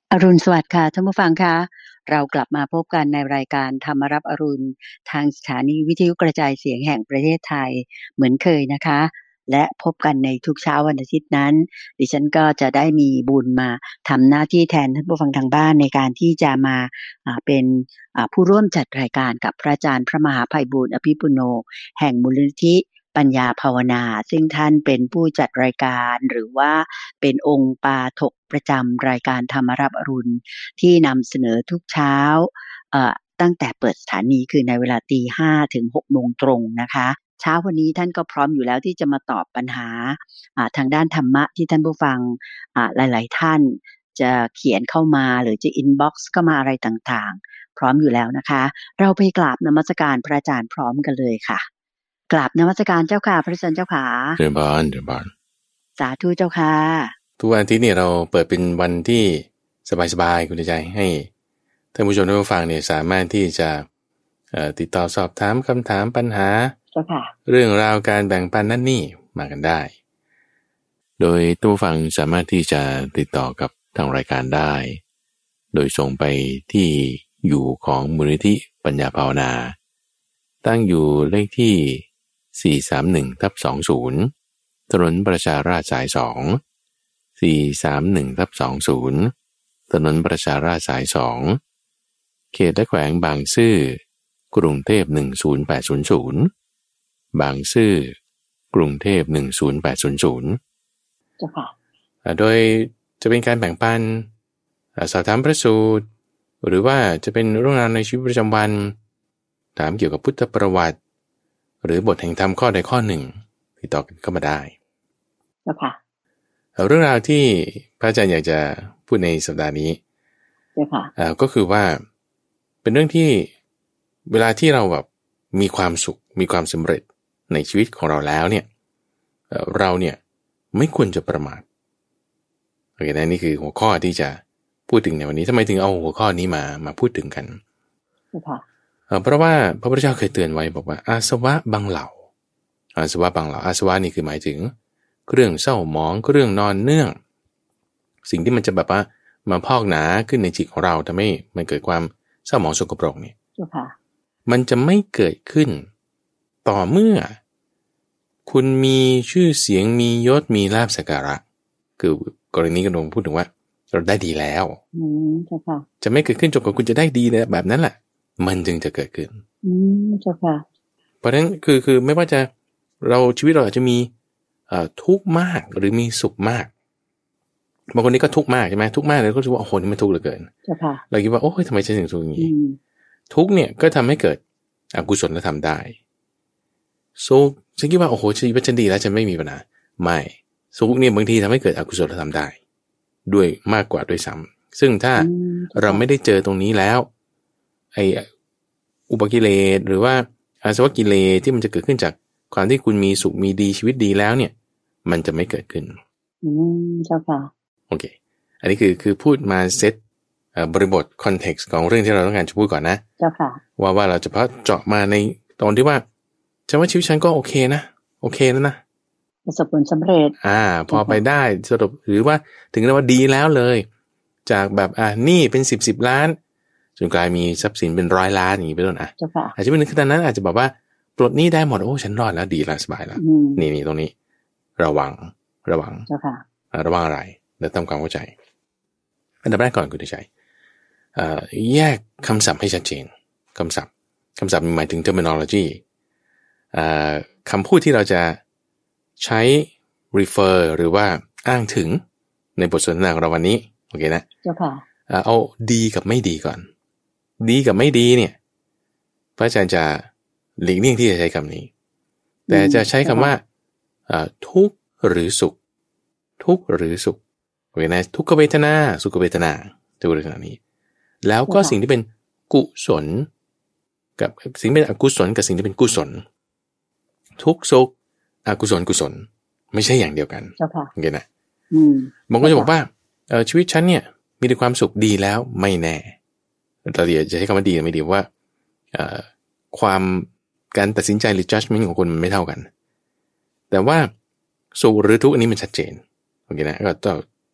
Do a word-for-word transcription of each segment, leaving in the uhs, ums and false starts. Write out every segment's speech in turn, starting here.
อรุณสวัสดิ์ค่ะท่านผู้ฟังคะเรากลับมาพบกันในรายการธรรมรับอรุณทางสถานีวิทยุกระจายเสียงแห่งประเทศไทยเหมือนเคยนะคะและพบกันในทุกเช้าวันอาทิตย์นั้นดิฉันก็จะได้มีบุญมาทำหน้าที่แทนท่านผู้ฟังทางบ้านในการที่จะมาเป็นผู้ร่วมจัดรายการกับพระอาจารย์พระมหาไพบูลย์อภิปุโนแห่งมูลนิธิปัญญาภาวนาซึ่งท่านเป็นผู้จัดรายการหรือว่าเป็นองค์ปาฐกประจำรายการธรรมรับอรุณที่นำเสนอทุกเช้าตั้งแต่เปิดสถานีคือในเวลาตีห้าถึงหกโมงตรงนะคะเช้าวันนี้ท่านก็พร้อมอยู่แล้วที่จะมาตอบปัญหาทางด้านธรรมะที่ท่านผู้ฟังหลายๆท่านจะเขียนเข้ามาหรือจะอินบ็อกซ์เข้ามาอะไรต่างๆพร้อมอยู่แล้วนะคะเราไปกราบนมัสการพระอาจารย์พร้อมกันเลยค่ะกราบนมัสการเจ้าค่ะพระอาจารย์เจ้าค่ะเดินบานเดินบานสาธุเจ้าค่ะทุกวันอาทิตย์เนี่ยเราเปิดเป็นวันที่สบายๆคุณใจให้ท่านผู้ชมท่านผู้ฟังเนี่ยสามารถที่จะติดต่อสอบถามคำถามปัญหาเรื่องราวการแบ่งปันนั่นนี่มากันได้โดยท่านผู้ฟังสามารถที่จะติดต่อกับทางรายการได้โดยส่งไปที่อยู่ของมูลนิธิปัญญาภาวนาตั้งอยู่เลขที่สี่สามหนึ่งทับสองศูนย์ถนนประชาราษฎร์สายสอง สี่สามหนึ่งทับสองศูนย์ถนนประชาราษฎร์สายสองเขตและแขวงบางซื่อกรุงเทพหนึ่งศูนย์แปดศูนย์ศูนย์บางซื่อกรุงเทพหนึ่งศูนย์แปดศูนย์ศูนย์เจ้าค่ะโดยจะเป็นการแบ่งปันสอบถามพระสูตรหรือว่าจะเป็นเรื่องราวในชีวิตประจำวันถามเกี่ยวกับพุทธประวัติหรือบทแห่งธรรมข้อใดข้อหนึ่งติดต่อกันเข้ามาได้เจ้าค่ะเรื่องราวที่พระอาจารย์อยากจะพูดในสัปดาห์นี้เจ้าค่ะก็คือว่าเป็นเรื่องที่เวลาที่เราแบบมีความสุขมีความสำเร็จในชีวิตของเราแล้วเนี่ยเราเนี่ยไม่ควรจะประมาทโอเคนะนี่คือหัวข้อที่จะพูดถึงในวันนี้ทำไมถึงเอาหัวข้อนี้มามาพูดถึงกันเพราะว่าพระพุทธเจ้าเคยเตือนไว้บอกว่าอาสวะบางเหล่าอาสวะบางเหล่าอาสวะนี่คือหมายถึงเรื่องเศร้าหมองเรื่องนอนเนื่องสิ่งที่มันจะแบบว่ามาพอกหนาขึ้นในจิตของเราทำให้มันเกิดความเศร้าหมองสกปรกเนี่ยมันจะไม่เกิดขึ้นต่อเมื่อคุณมีชื่อเสียงมียศมีลาภสักการะคือกรณีกำลังพูดถึงว่าเราได้ดีแล้วจะไม่เกิดขึ้นจนกว่าคุณจะได้ดีแบบนั้นแหละมันจึงจะเกิดขึ้นเพราะฉะนั้นคือคือไม่ว่าจะเราชีวิตเราอาจจะมีทุกข์มากหรือมีสุขมากบางคนนี่ก็ทุกข์มากใช่ไหมทุกข์มากเลยก็รู้ว่าโอ้โหนี่มันทุกข์เหลือเกินเราคิดว่าโอ้ยทำไมฉันถึงทุกข์อย่างนี้ทุกข์เนี่ยก็ทำให้เกิดอกุศลธรรมได้สุขฉันคิดว่าโอ้โหชีวิตฉันดีแล้วฉันไม่มีปัญหาไม่สุขเนี่ยบางทีทำให้เกิดอกุศลธรรมได้ด้วยมากกว่าด้วยซ้ำซึ่งถ้าเราไม่ได้เจอตรงนี้แล้วไอ้อุปกิเลสหรือว่าอาสวะกิเลสที่มันจะเกิดขึ้นจากความที่คุณมีสุขมีดีชีวิตดีแล้วเนี่ยมันจะไม่เกิดขึ้นอืมเจ้าค่ะโอเคอันนี้คือคือพูดมาเซตบริบทคอนเท็กซ์ของเรื่องที่เราต้องการจะพูดก่อนนะเจ้าค่ะว่าว่าเราจะเพาะเจาะมาในตอนที่ว่าฉันว่าชีวิตฉันก็โอเคนะโอเคแล้วนะประสบผลสำเร็จอ่าพอไปได้สรุปหรือว่าถึงแล้วว่าดีแล้วเลยจากแบบอ่านี่เป็นสิบสิบล้านจนกลายมีทรัพย์สินเป็นร้อยล้านอย่างนี้เป็นต้นอ่ะอาจจะไม่ถึงขนาดนั้นอาจจะแบบว่าปลดหนี้ได้หมดโอ้ฉันรอดแล้วดีแล้วสบายแล้วนี่นี่ตรงนี้ระวังระวังระวังอะไรเดี๋ยวทำความเข้าใจอันดับแรกก่อนคุณจะใช้แยกคำศัพท์ให้ชัดเจนคำศัพท์คำศัพท์หมายถึง terminology คำพูดที่เราจะใช้ refer หรือว่าอ้างถึงในบทสนทนาของเราวันนี้โอเคนะเอาดีกับไม่ดีก่อนดีกับไม่ดีเนี่ยพระอาจารย์จะหลีกเลี่ยงที่จะใช้คำนี้แต่จะใช้คำว่าทุกข์หรือสุขทุกข์หรือสุขโอเคนะทุกขเวทนาสุขเวทนาจะพูดในขณะนี้แล้วก็สิ่งที่เป็นกุศลกับสิ่งเป็นอกุศลกับสิ่งที่เป็นกุศลทุกข์สุขอกุศลกุศลไม่ใช่อย่างเดียวกันโอเคนะบางคนจะบอกว่าชีวิตฉันเนี่ยมีแต่ความสุขดีแล้วไม่แน่เราเดี๋ยวจะใช้คำว่าดีไม่ดีว่าความการตัดสินใจหรือ judgment ของคนมันไม่เท่ากันแต่ว่าสุขหรือทุกข์อันนี้มันชัดเจนโอเคนะก็ต้อง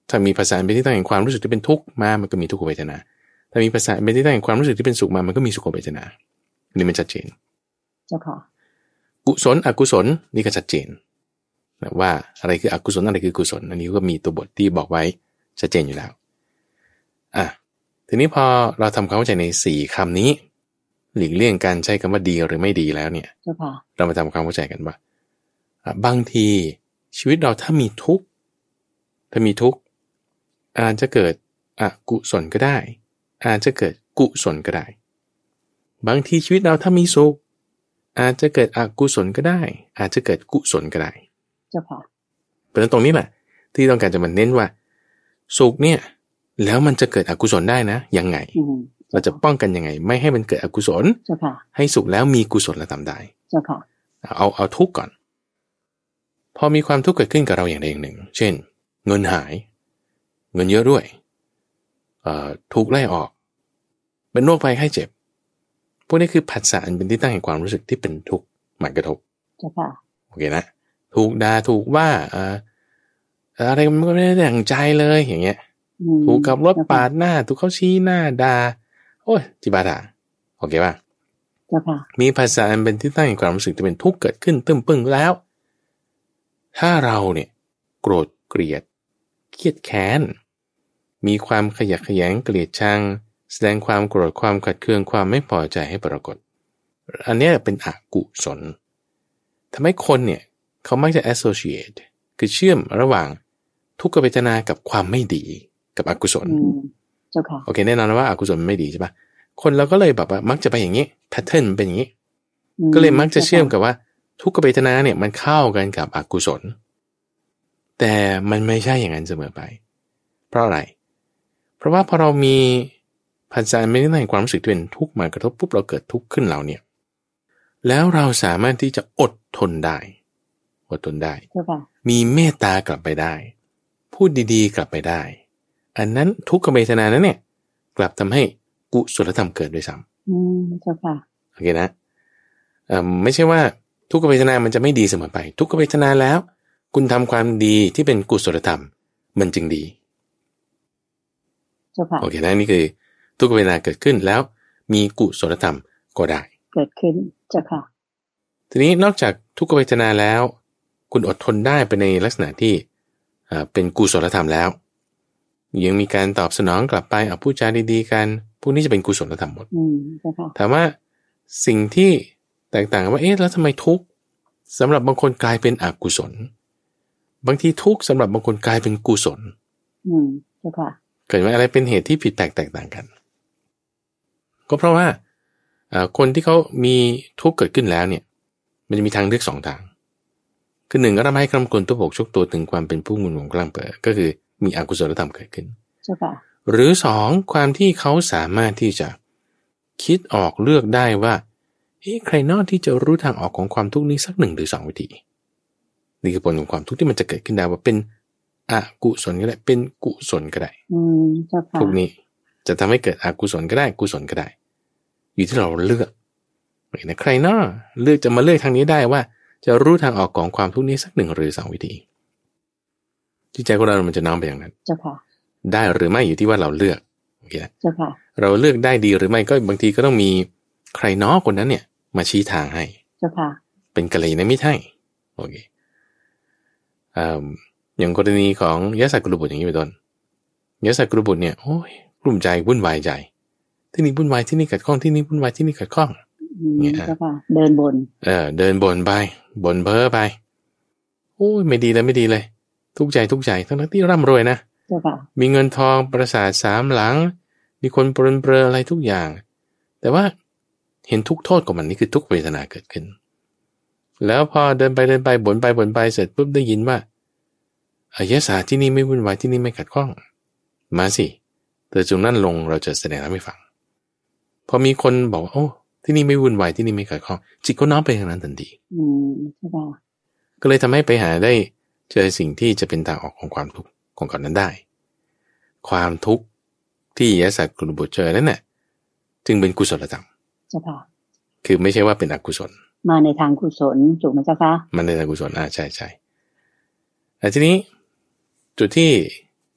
ถ้ามีภาษาเป็นที่ตั้งแห่งความรู้สึกที่เป็นทุกข์มามันก็มีทุกขเวทนาถ้ามีภาษาเป็นที่ตั้งแห่งความรู้สึกที่เป็นสุขมามันก็มีสุขเวทนานี่มันชัดเจนเจ้าค่ะกุศลอกุศลนี่ก็ชัดเจนว่าอะไรคืออกุศลอะไรคือกุศลอันนี้ก็มีตัวบทที่บอกไว้ชัดเจนอยู่แล้วอ่ะทีนี้พอเราทำความเข้าใจในสี่คำนี้หลีกเลี่ยงการใช้คำว่าดีหรือไม่ดีแล้วเนี่ยเรามาทำความเข้าใจกันว่าบางทีชีวิตเราถ้ามีทุกข์ถ้ามีทุกข์อาจจะเกิดอกุศลก็ได้อาจจะเกิดกุศลก็ได้บางทีชีวิตเราถ้ามีสุขอาจจะเกิดอกุศลก็ได้อาจจะเกิดกุศลก็ได้เจ้าค่ะเพราะฉะนั้นตรงนี้แหละที่ต้องการจะมาเน้นว่าสุขเนี่ยแล้วมันจะเกิดอกุศลได้นะยังไงเราจะป้องกันยังไงไม่ให้มันเกิดอกุศลให้สุขแล้วมีกุศลธรรมได้เจ้าค่ะเอาเอาทุกข์ก่อนพอมีความทุกข์เกิดขึ้นกับเราอย่างใดอย่างหนึ่งเช่นเงินหายเงินเยอะด้วยเอ่อถูกไล่ออกเป็นโรคภัยไข้เจ็บพวกนี้คือผัสสะอันเป็นที่ตั้งแห่งความรู้สึกที่เป็นทุกข์หมายกระทบเจ้าค่ะโอเคนะถูกด่าถูกว่าเอ่ออะไรมันก็ไม่ได้ดั่งใจเลยอย่างเงี้ยถูกกับรถปาดหน้าถูกเขาชี้หน้าด่าโอ้ยจิบาถาโอเคป่ะเจ้าค่ะมีภาษาอันเป็นที่ตั้งแห่งความรู้สึกที่เป็นทุกข์เกิดขึ้นตึ้มปึ้งแล้วถ้าเราเนี่ยโกรธเกลียดเครียดแค้นมีความขยักขยงเกลียดชังแสดงความโกรธความขัดเคืองความไม่พอใจให้ปรากฏอันนี้เป็นอกุศลทำให้คนเนี่ยเขามักจะ associate คือเชื่อมระหว่างทุกขเวทนากับความไม่ดีกับอกุศลเจ้าค่ะโอเคแน่นอนว่าอกุศลมันไม่ดีใช่ปะคนเราก็เลยแบบว่ามักจะไปอย่างนี้แพทเทิร์นเป็นอย่างนี้ก็เลยมักจะเชื่อมกับว่าทุกขเวทนาเนี่ยมันเข้ากันกับอกุศลแต่มันไม่ใช่อย่างนั้นเสมอไปเพราะอะไรเพราะว่าพอเรามีผัสสะไม่ได้ในความรู้สึกที่เป็นทุกข์มากระทบปุ๊บเราเกิดทุกข์ขึ้นเราเนี่ยแล้วเราสามารถที่จะอดทนได้อดทนได้มีเมตตากลับไปได้พูดดีๆกลับไปได้อันนั้นทุกขเวทนานั้นเนี่ยกลับทำให้กุศลธรรมเกิดด้วยซ้ำอืมเจ้าค่ะโอเคนะเอ่อไม่ใช่ว่าทุกขเวทนามันจะไม่ดีเสมอไปทุกขเวทนาแล้วคุณทำความดีที่เป็นกุศลธรรมมันจึงดีเจ้าค่ะโอเคนะนี่คือทุกขเวทนาเกิดขึ้นแล้วมีกุศลธรรมก็ได้เกิดขึ้นเจ้าค่ะทีนี้นอกจากทุกขเวทนาแล้วคุณอดทนได้ไปในลักษณะที่อ่าเป็นกุศลธรรมแล้วยังมีการตอบสนองกลับไปเอาพูดจาดีๆกันพวกนี้จะเป็นกุศลธรรมหมดถามว่าสิ่งที่แตกต่างว่าเอ๊ะแล้วทำไมทุกข์สำหรับบางคนกลายเป็นอกุศลบางทีทุกข์สำหรับบางคนกลายเป็นกุศลอืมใช่ค่ะเกิดว่าอะไรเป็นเหตุที่ผิดแปลกแตกต่างกันก็เพราะว่าคนที่เขามีทุกข์เกิดขึ้นแล้วเนี่ยมันจะมีทางเลือกสองทางคือหนึ่งก็ทำให้คำกลตัวบกชกตัวถึงความเป็นผู้งุนงงกลางเปิดก็คือมีอกุศลธรรมเกิดขึ้นใช่ค่ะหรือสองความที่เขาสามารถที่จะคิดออกเลือกได้ว่าเฮ้ยใครนอกที่จะรู้ทางออกของความทุกข์นี้สักหนึ่งหรือสองวิธีนี่คือผลของความทุกข์ที่มันจะเกิดขึ้นได้ว่าเป็นอกุศลก็ได้เป็นกุศลก็ได้อืมใช่ค่ะทุกนี้จะทำให้เกิดอกุศลก็ได้กุศลก็ได้อยู่ที่เราเลือกใครนอกเลือกจะมาเลือกทางนี้ได้ว่าจะรู้ทางออกของความทุกข์นี้สักหนึ่งหรือสองวิธีจิตใจของเรามันจะน้อมไปอย่างนั้นเจ้าค่ะได้หรือไม่อยู่ที่ว่าเราเลือกโอเคเจ้าค่ะเราเลือกได้ดีหรือไม่ก็บางทีก็ต้องมีใครน้อคนนั้นเนี่ยมาชี้ทางให้เจ้าค่ะเป็นกัลยาณมิตรให้โอเคอ่าอย่างกรณีของยะสักกุลบุตรอย่างนี้เป็นต้นยะสักกุลบุตรเนี่ยโอ้ยกลุ้มใจวุ่นวายใจที่นี่วุ่นวายที่นี่ขัดข้องที่นี่วุ่นวายที่นี่ขัดข้องเนี่ยเจ้าค่ะเดินบนเออเดินบนไปบนเพ้อไปโอ้ยไม่ดีเลยไม่ดีเลยทุกข์ใจทุกข์ใจทั้งที่ร่ำรวยนะมีเงินทองปราสาทสามหลังมีคนปรนเปรออะไรทุกอย่างแต่ว่าเห็นทุกโทษของมันนี่คือทุกเวทนาเกิดขึ้นแล้วพอเดินไปเดินไปบ่นไปบ่นไปเสร็จปุ๊บได้ยินว่าอายะสาที่นี่ไม่วุ่นวายที่นี่ไม่ขัดข้องมาสิเธอจงนั่นลงเราจะแสดงให้ฟังพอมีคนบอกว่าโอ้ที่นี่ไม่วุ่นวายที่นี่ไม่ขัดข้องจิตก็น้อมไปทางนั้นทันทีอืมใช่ป่ะก็เลยทำให้ไปหาได้เจอสิ่งที่จะเป็นทางออกของความทุกข์ของเขานั้นได้ความทุกข์ที่ยะสักกุลบุตรเจอนั่นน่ะจึงเป็นกุศลธรรมใช่ป่ะคือไม่ใช่ว่าเป็นอกุศลมาในทางกุศลถูกไหมเจ้าคะมันในทางกุศลอ่าใช่ใช่แต่ทีนี้จุดที่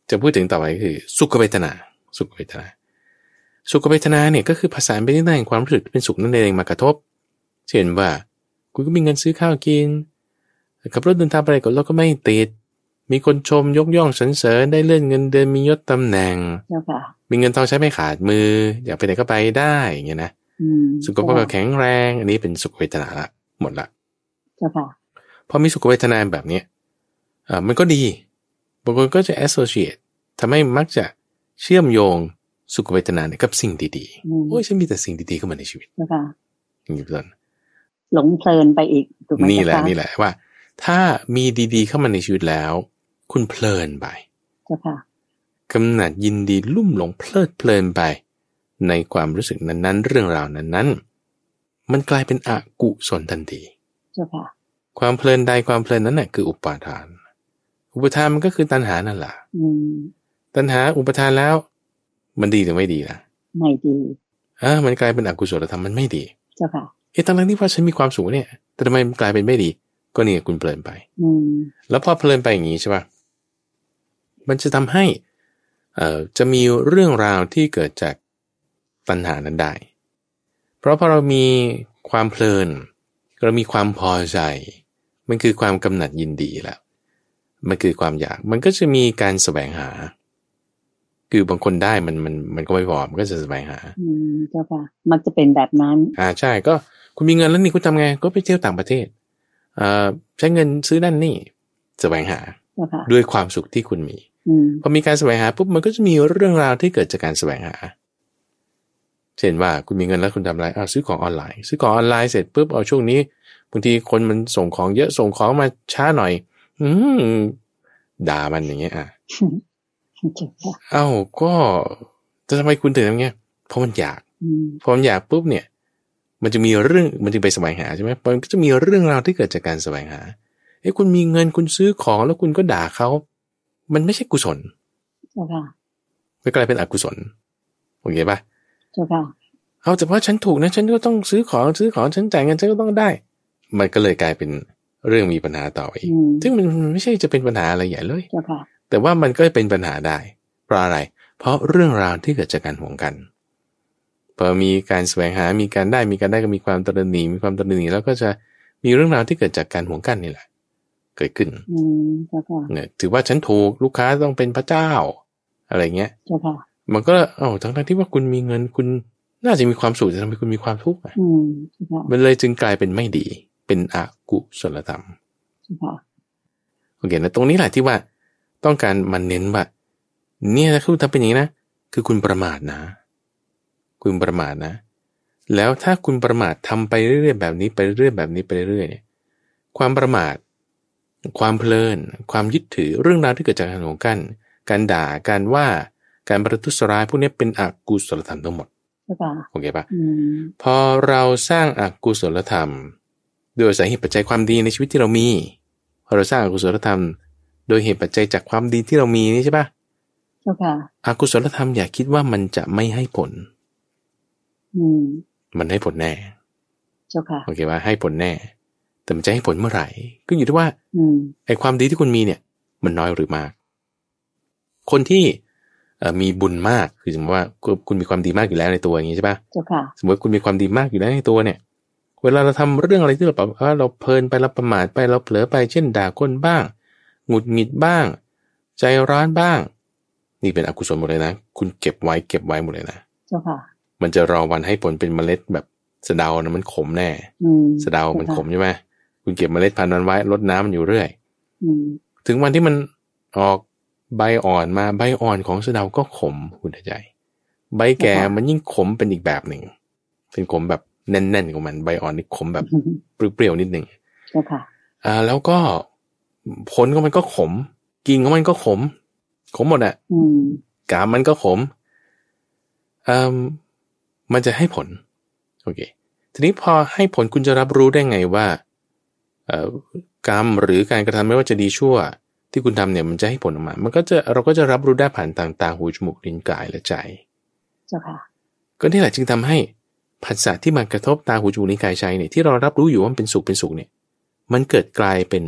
จะพูดถึงต่อไปคือสุขเวทนาสุขเวทนาสุขเวทนาเนี่ยก็คือภาษาเป็นที่ตั้งแห่งความรู้สึกเป็นสุขนั่นเองมากระทบเช่นว่าคุณก็มีเงินซื้อข้าวกินขับรถเดินทางไปไหนก็รถก็ไม่ติดมีคนชมยกย่องสรรเสริญได้เลื่อนเงินเดือนมียศตำแหน่งมีเงินทองใช้ไม่ขาดมืออยากไปไหนก็ไปได้อย่างเงี้ยนะสุขภาพแข็งแรงอันนี้เป็นสุขเวทนาละหมดละพอมีสุขเวทนาแบบนี้อ่ามันก็ดีบางคนก็จะ associate ทำให้มักจะเชื่อมโยงสุขเวทนาเนี่ยกับสิ่งดีๆโอ้ยฉันมีแต่สิ่งดีๆเข้ามาในชีวิตอย่างนี้เป็นต้นหลงเพลินไปอีกถูกไหมนี่แหละนี่แหละว่าถ้ามีดีๆเข้ามาในชีวิตแล้วคุณเพลินไปกำหนัดยินดีลุ่มหลงเพลิดเพลินไปในความรู้สึกนั้นๆเรื่องราวนั้นๆมันกลายเป็นอกุศลทันทีความเพลินใดความเพลินนั้นน่ะคืออุปาทานอุปทานมันก็คือตัณหานั่นแหละตัณหาอุปทานแล้วมันดีหรือไม่ดีล่ะไม่ดีอ่ามันกลายเป็นอกุศลธรรมมันไม่ดีเจ้าค่ะเอ๊ะทั้งที่ว่าฉันมีความสุขเนี่ยแต่ทำไมมันกลายเป็นไม่ดีก็นี่คุณเพลินไปแล้วพอเพลินไปอย่างนี้ใช่ป่ะมันจะทำให้เอ่อจะมีเรื่องราวที่เกิดจากตัณหานั้นได้เพราะพอเรามีความเพลินเรามีความพอใจมันคือความกำหนัดยินดีแล้วมันคือความอยากมันก็จะมีการแสวงหาคือบางคนได้มันมันมันก็ไม่พอมันก็จะแสวงหาอืมเจ้าค่ะมักจะเป็นแบบนั้นอ่าใช่ก็คุณมีเงินแล้วนี่คุณทำไงก็ไปเที่ยวต่างประเทศอ่าใช้เงินซื้อนั่นนี่แสวงหาด้วยความสุขที่คุณมีพอมีการแสวงหาปุ๊บมันก็จะมีเรื่องราวที่เกิดจากการแสวงหาเช่นว่าคุณมีเงินแล้วคุณทำอะไรอ้าวซื้อของออนไลน์ซื้อของออนไลน์เสร็จปุ๊บเอาช่วงนี้บางทีคนมันส่งของเยอะส่งของมาช้าหน่อยอืมด่ามันอย่างเงี้ยอ่ะเอ้าก็แต่ทำไมคุณถึงทำเงี้ยเพราะมันอยากพอมันอยากปุ๊บเนี่ยมันจะมีเรื่องมันจึงไปแสวงหาใช่ไหมมันก็จะมีเรื่องราวที่เกิดจากการแสวงหาเอ้คุณมีเงินคุณซื้อของแล้วคุณก็ด่าเขามันไม่ใช่กุศลใช่ค่ะไม่กลายเป็นอกุศลโอเคป่ะใช่ค่ะเอาแต่ว่าฉันถูกนะฉันก็ต้องซื้อของซื้อของฉันจ่ายเงินฉันก็ต้องได้มันก็เลยกลายเป็นเรื่องมีปัญหาต่ออีกซึ่งมันไม่ใช่จะเป็นปัญหาอะไรใหญ่เลยใช่ค่ะแต่ว่ามันก็เป็นปัญหาได้เพราะอะไรเพราะเรื่องราวที่เกิดจากการห่วงกันพอมีการแสวงหามีการได้มีการได้ก็มีความตระหนี่มีความตระหนี่แล้วก็จะมีเรื่องราวที่เกิดจากการห่วงกันนี่แหละเกิดขึ้นอืมใช่ค่ะเนี่ยถือว่าฉันถูกลูกค้าต้องเป็นพระเจ้าอะไรเงี้ยใช่ค่ะมันก็เอ้าทั้งๆที่ว่าคุณมีเงินคุณน่าจะมีความสุขแต่ทำไมคุณมีความทุกข์อ่ะอืมใช่ค่ะมันเลยจึงกลายเป็นไม่ดีเป็นอกุศลธรรมใช่ค่ะโอเคนะตรงนี้แหละที่ว่าต้องการมันเน้นว่าเนี่ยถ้าคุณทำเป็นอย่างนี้นะคือคุณประมาทนะคุณประมาทนะแล้วถ้าคุณประมาททำไปเรื่อยๆแบบนี้ไปเรื่อยแบบนี้ไปเรื่อยเนี่ยความประมาทความเพลินความยึดถือเรื่องราวที่เกิดจากการห่วงกันการด่าการว่าการประทุษร้ายพวกนี้เป็นอกุศลธรรมทั้งหมดโอเคปะพอเราสร้างอกุศลธรรมโดยสาเหตุปัจจัยความดีในชีวิตที่เรามีพอเราสร้างอกุศลธรรมโดยเหตุปัจจัยจากความดีที่เรามีนี่ใช่ปะเจ้าค่ะอกุศลธรรมอย่าคิดว่ามันจะไม่ให้ผลอืมมันให้ผลแน่เจ้าค่ะโอเคว่าให้ผลแน่แต่มันจะให้ผลเมื่อไหร่ก็อยู่ที่ว่าไอ้ความดีที่คุณมีเนี่ยมันน้อยหรือมากคนที่มีบุญมากคือสมมติว่าคุณมีความดีมากอยู่แล้วในตัวอย่างนี้ใช่ปะเจ้าค่ะสมมติคุณมีความดีมากอยู่แล้วในตัวเนี่ยเวลาเราทำเรื่องอะไรที่เราแบบว่าเราเพลินไปเราประมาทไปเราเผลอไปเช่นด่าคนบ้างหงุดหงิดบ้างใจร้อนบ้างนี่เป็นอกุศลหมดเลยนะคุณเก็บไว้เก็บไว้หมดเลยนะเจ้าค่ะมันจะรอวันให้ผลเป็นเมล็ดแบบสะเดานะมันขมแน่สะเดามันขมใช่ไหมคุณเก็บเมล็ดพันธุ์มันไว้รดน้ำมันอยู่เรื่อยถึงวันที่มันออกใบอ่อนมาใบอ่อนของสะเดาก็ขมคุณใจใบแก่มันยิ่งขมเป็นอีกแบบหนึ่งเป็นขมแบบแน่นๆของมันใบอ่อนนี่ขมแบบเปรี้ยวๆนิดหนึ่งใช่ค่ะอ่าแล้วก็ผลของมันก็ขมกิ่งของมันก็ขมขมหมดอ่ะกาบมันก็ขมอ่ามันจะให้ผลโอเคทีนี้พอให้ผลคุณจะรับรู้ได้ไงว่าเอ่อกรรมหรือการกระทำไม่ว่าจะดีชั่วที่คุณทำเนี่ยมันจะให้ผลออกมามันก็จะเราก็จะรับรู้ได้ผ่านทางตาหูจมูกลิ้นกายและใจเจ้าค่ะก็นี่แหละจึงทำให้ผัสสะที่มากระทบตาหูจมูกลิ้นกายใจเนี่ยที่เรารับรู้อยู่ว่ามันเป็นสุขเป็นสุขเนี่ยมันเกิดกลายเป็น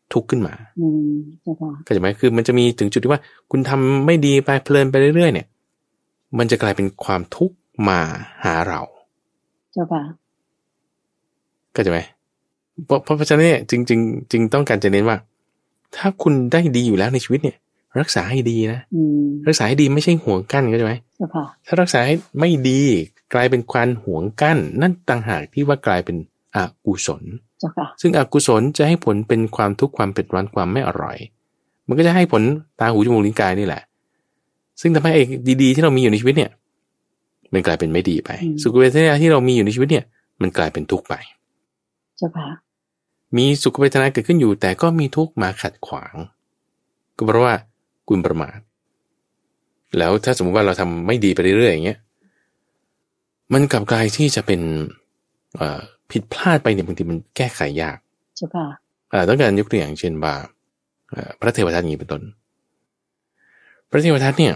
ทุกข์ขึ้นมาอืมเจ้าค่ะเข้าใจไหมคือมันจะมีถึงจุดที่ว่าคุณทำไม่ดีไปเพลินไปเรื่อยๆเนี่ยมันจะกลายเป็นความทุกข์มาหาเราเจ้าค่ะเข้าใจไหมเพราะเพราะฉะนั้นเนี่ยจริงจริงจริงต้องการจะเน้นว่าถ้าคุณได้ดีอยู่แล้วในชีวิตเนี่ยรักษาให้ดีนะรักษาให้ดีไม่ใช่ห่วงกั้นเข้าใจไหมถ้ารักษาให้ไม่ดีกลายเป็นความห่วงกั้นนั่นต่างหากที่ว่ากลายเป็นอกุศลซึ่งอกุศลจะให้ผลเป็นความทุกข์ความเผ็ดร้อนความไม่อร่อยมันก็จะให้ผลตาหูจมูกลิ้นกายนี่แหละซึ่งทำให้ไอ้ดีๆที่เรามีอยู่ในชีวิตเนี่ยมันกลายเป็นไม่ดีไปสุขเวทนาที่เรามีอยู่ในชีวิตเนี่ยมันกลายเป็นทุกข์ไปเจ้าค่ะมีสุขเวทนาเกิดขึ้นอยู่แต่ก็มีทุกข์มาขัดขวางก็เพราะว่าคุณประมาทแล้วถ้าสมมุติว่าเราทำไม่ดีไปเรื่อยๆอย่างเงี้ยมันกลับกลายที่จะเป็นผิดพลาดไปเนี่ยบางทีมันแก้ไขยากใช่ค่ะต้องการยกตัวอย่างเช่นว่าพระเทวทัตอย่างนี้เป็นต้นพระเทวทัตเนี่ย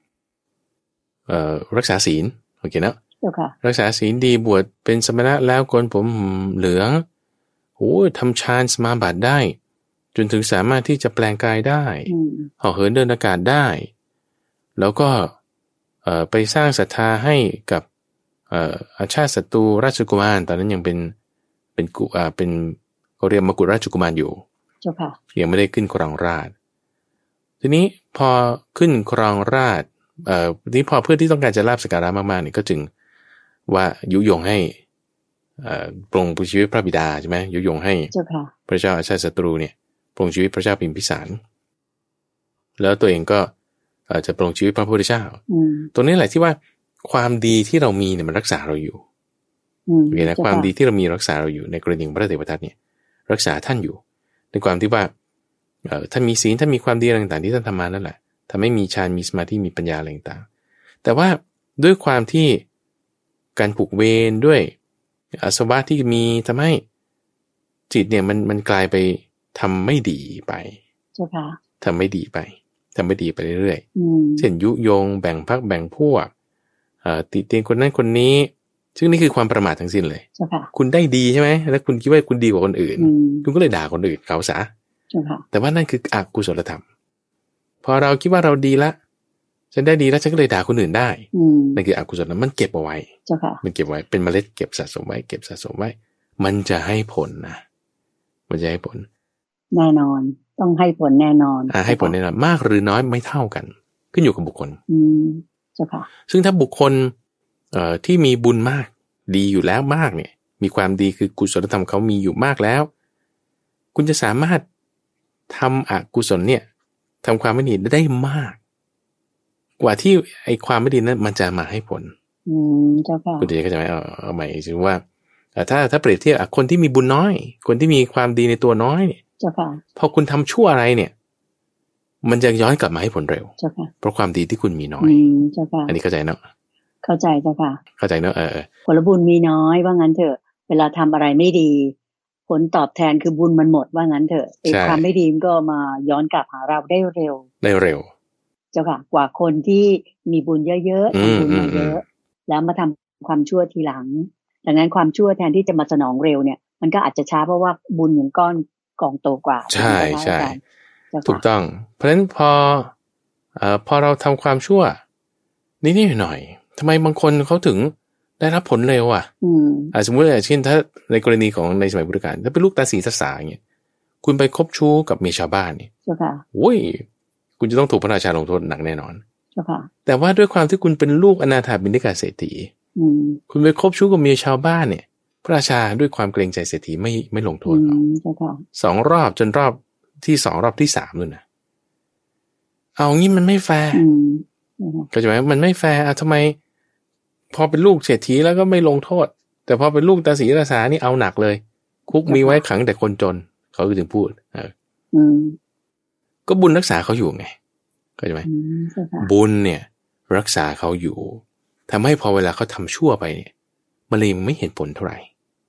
รักษาศีลโอเคนะรักษาศีลดีบวชเป็นสมณะแล้วโกนผมเหลืองโอ้ทำฌานสมาบัติได้จนถึงสามารถที่จะแปลงกายได้เหาะเหินเดินอากาศได้แล้วก็ไปสร้างศรัทธาให้กับอาชาติศัตรูราชกุมารตอนนั้นยังเป็นเป็นกุอ่าเป็นเขาเรียกมกุฎราชกุมารอยู่ยังไม่ได้ขึ้นครองราชย์ทีนี้พอขึ้นครองราชย์เอ่อทีนี้พอเพื่อที่ต้องการจะลาภสักการะมากๆเนี่ยก็จึงว่ายุยงให้เอ่อปรงชีวิตพระบิดาใช่ไหมยุยงให้พระเจ้าอาชาติศัตรูเนี่ยปรงชีวิตพระเจ้าพิมพิสารแล้วตัวเองก็จะปรงชีวิตพระพุทธเจ้าตรงนี้แหละที่ว่าความดีที่เรามีเนี่ยมันรักษาเราอยู่โอเคนะความดีที่เรามีรักษาเราอยู่ในกรณีพระเทวทัตเนี่ยรักษาท่านอยู่ในความที่ว่าเอ่อท่านมีศีลท่านมีความดีอะไรต่างๆที่ท่านทำมานั่นแหละทำให้มีฌานมีสมาธิมีปัญญาอะไรต่างๆแต่ว่าด้วยความที่การผูกเวรด้วยอาสวะที่มีทำให้จิตเนี่ยมันมันกลายไปทำไม่ดีไปทำไม่ดีไปทำไม่ดีไปเรื่อยๆเช่นยุยงแบ่งพรรคแบ่งพวกติเตียนคนนั้นคนนี้ซึ่งนี่คือความประมาททั้งสิ้นเลยคุณได้ดีใช่ไหมแล้วคุณคิดว่าคุณดีกว่าคนอื่นคุณก็เลยด่าคนอื่นเขาซะแต่ว่านั่นคืออกุศลธรรมพอเราคิดว่าเราดีละฉันได้ดีแล้วฉันก็เลยด่าคนอื่นได้นั่นคืออกุศลธรรมมันเก็บเอาไว้มันเก็บไว้เป็นเมล็ดเก็บสะสมไว้เก็บสะสมไว้มันจะให้ผลนะมันจะให้ผลแน่นอนต้องให้ผลแน่นอนอ่าให้ผลแน่นอนมากหรือน้อยไม่เท่ากันขึ้นอยู่กับบุคคลอืมเจ้าค่ะซึ่งถ้าบุคคลเอ่อที่มีบุญมากดีอยู่แล้วมากเนี่ยมีความดีคือกุศลธรรมเขามีอยู่มากแล้วคุณจะสามารถทำอกุศลเนี่ยทำความไม่ดีได้มากกว่าที่ไอ้ความไม่ดีนั้นมันจะมาให้ผลอืมเจ้าค่ะคุณจะเข้าใจไหมเอาเอาใหม่ถึงว่าถ้าถ้าเปรียบเทียบคนที่มีบุญน้อยคนที่มีความดีในตัวน้อยเนี่ยเจ้าค่ะพอคุณทำชั่วอะไรเนี่ยมันจะย้อนกลับมาให้ผลเร็วเจ้าค่ะเพราะความดีที่คุณมีน้อยอืมเจ้าค่ะอันนี้เข้าใจเนาะเข้าใจเจ้าค่ะเข้าใจเนาะเออผลบุญมีน้อยว่างั้นเถอะเวลาทำอะไรไม่ดีผลตอบแทนคือบุญมันหมดว่างั้นเถอะไอ้ความไม่ดีมันก็มาย้อนกลับหาเราได้เร็วได้เร็วเจ้าค่ะกว่าคนที่มีบุญเยอะๆทำบุญมาเยอะแล้วมาทำความชั่วทีหลังดังนั้นความชั่วแทนที่จะมาสนองเร็วเนี่ยมันก็อาจจะช้าเพราะว่าบุญอย่างก้อนกองโตกว่าใช่ใช่ถูกต้องเพราะฉะนั้นพอเอ่อพอเราทำความชั่วนิดๆหน่อยๆทำไมบางคนเขาถึงได้รับผลเร็วอ่ะอืมอ่าสมมติอย่างเช่นถ้าในกรณีของในสมัยพุทธกาลถ้าเป็นลูกตาสีตาสาอย่างเงี้ยคุณไปคบชู้กับเมียชาวบ้านนี่ใช่ค่ะโอ้ยคุณจะต้องถูกพระราชาลงโทษหนักแน่นอนใช่ค่ะแต่ว่าด้วยความที่คุณเป็นลูกอนาถาบิณฑิกาเศรษฐีคุณไปคบชู้กับเมียชาวบ้านเนี่ยพระราชาด้วยความเกรงใจเศรษฐีไม่ไม่ลงโทษเขาสองรอบจนรอบที่สองรอบที่สามเลยนะเอางี้มันไม่แฟร์เข้าใจไหมมันไม่แฟร์อ่ะทำไมพอเป็นลูกเศรษฐีแล้วก็ไม่ลงโทษแต่พอเป็นลูกตาสีตาสานี่เอาหนักเลยคุกมีไว้ขังแต่คนจนเขาก็ถึงพูดเออก็บุญรักษาเขาอยู่ไงเข้าใจไหมบุญเนี่ยรักษาเขาอยู่ทำให้พอเวลาเขาทำชั่วไปเนี่ยมันเลยไม่เห็นผลเท่าไหร่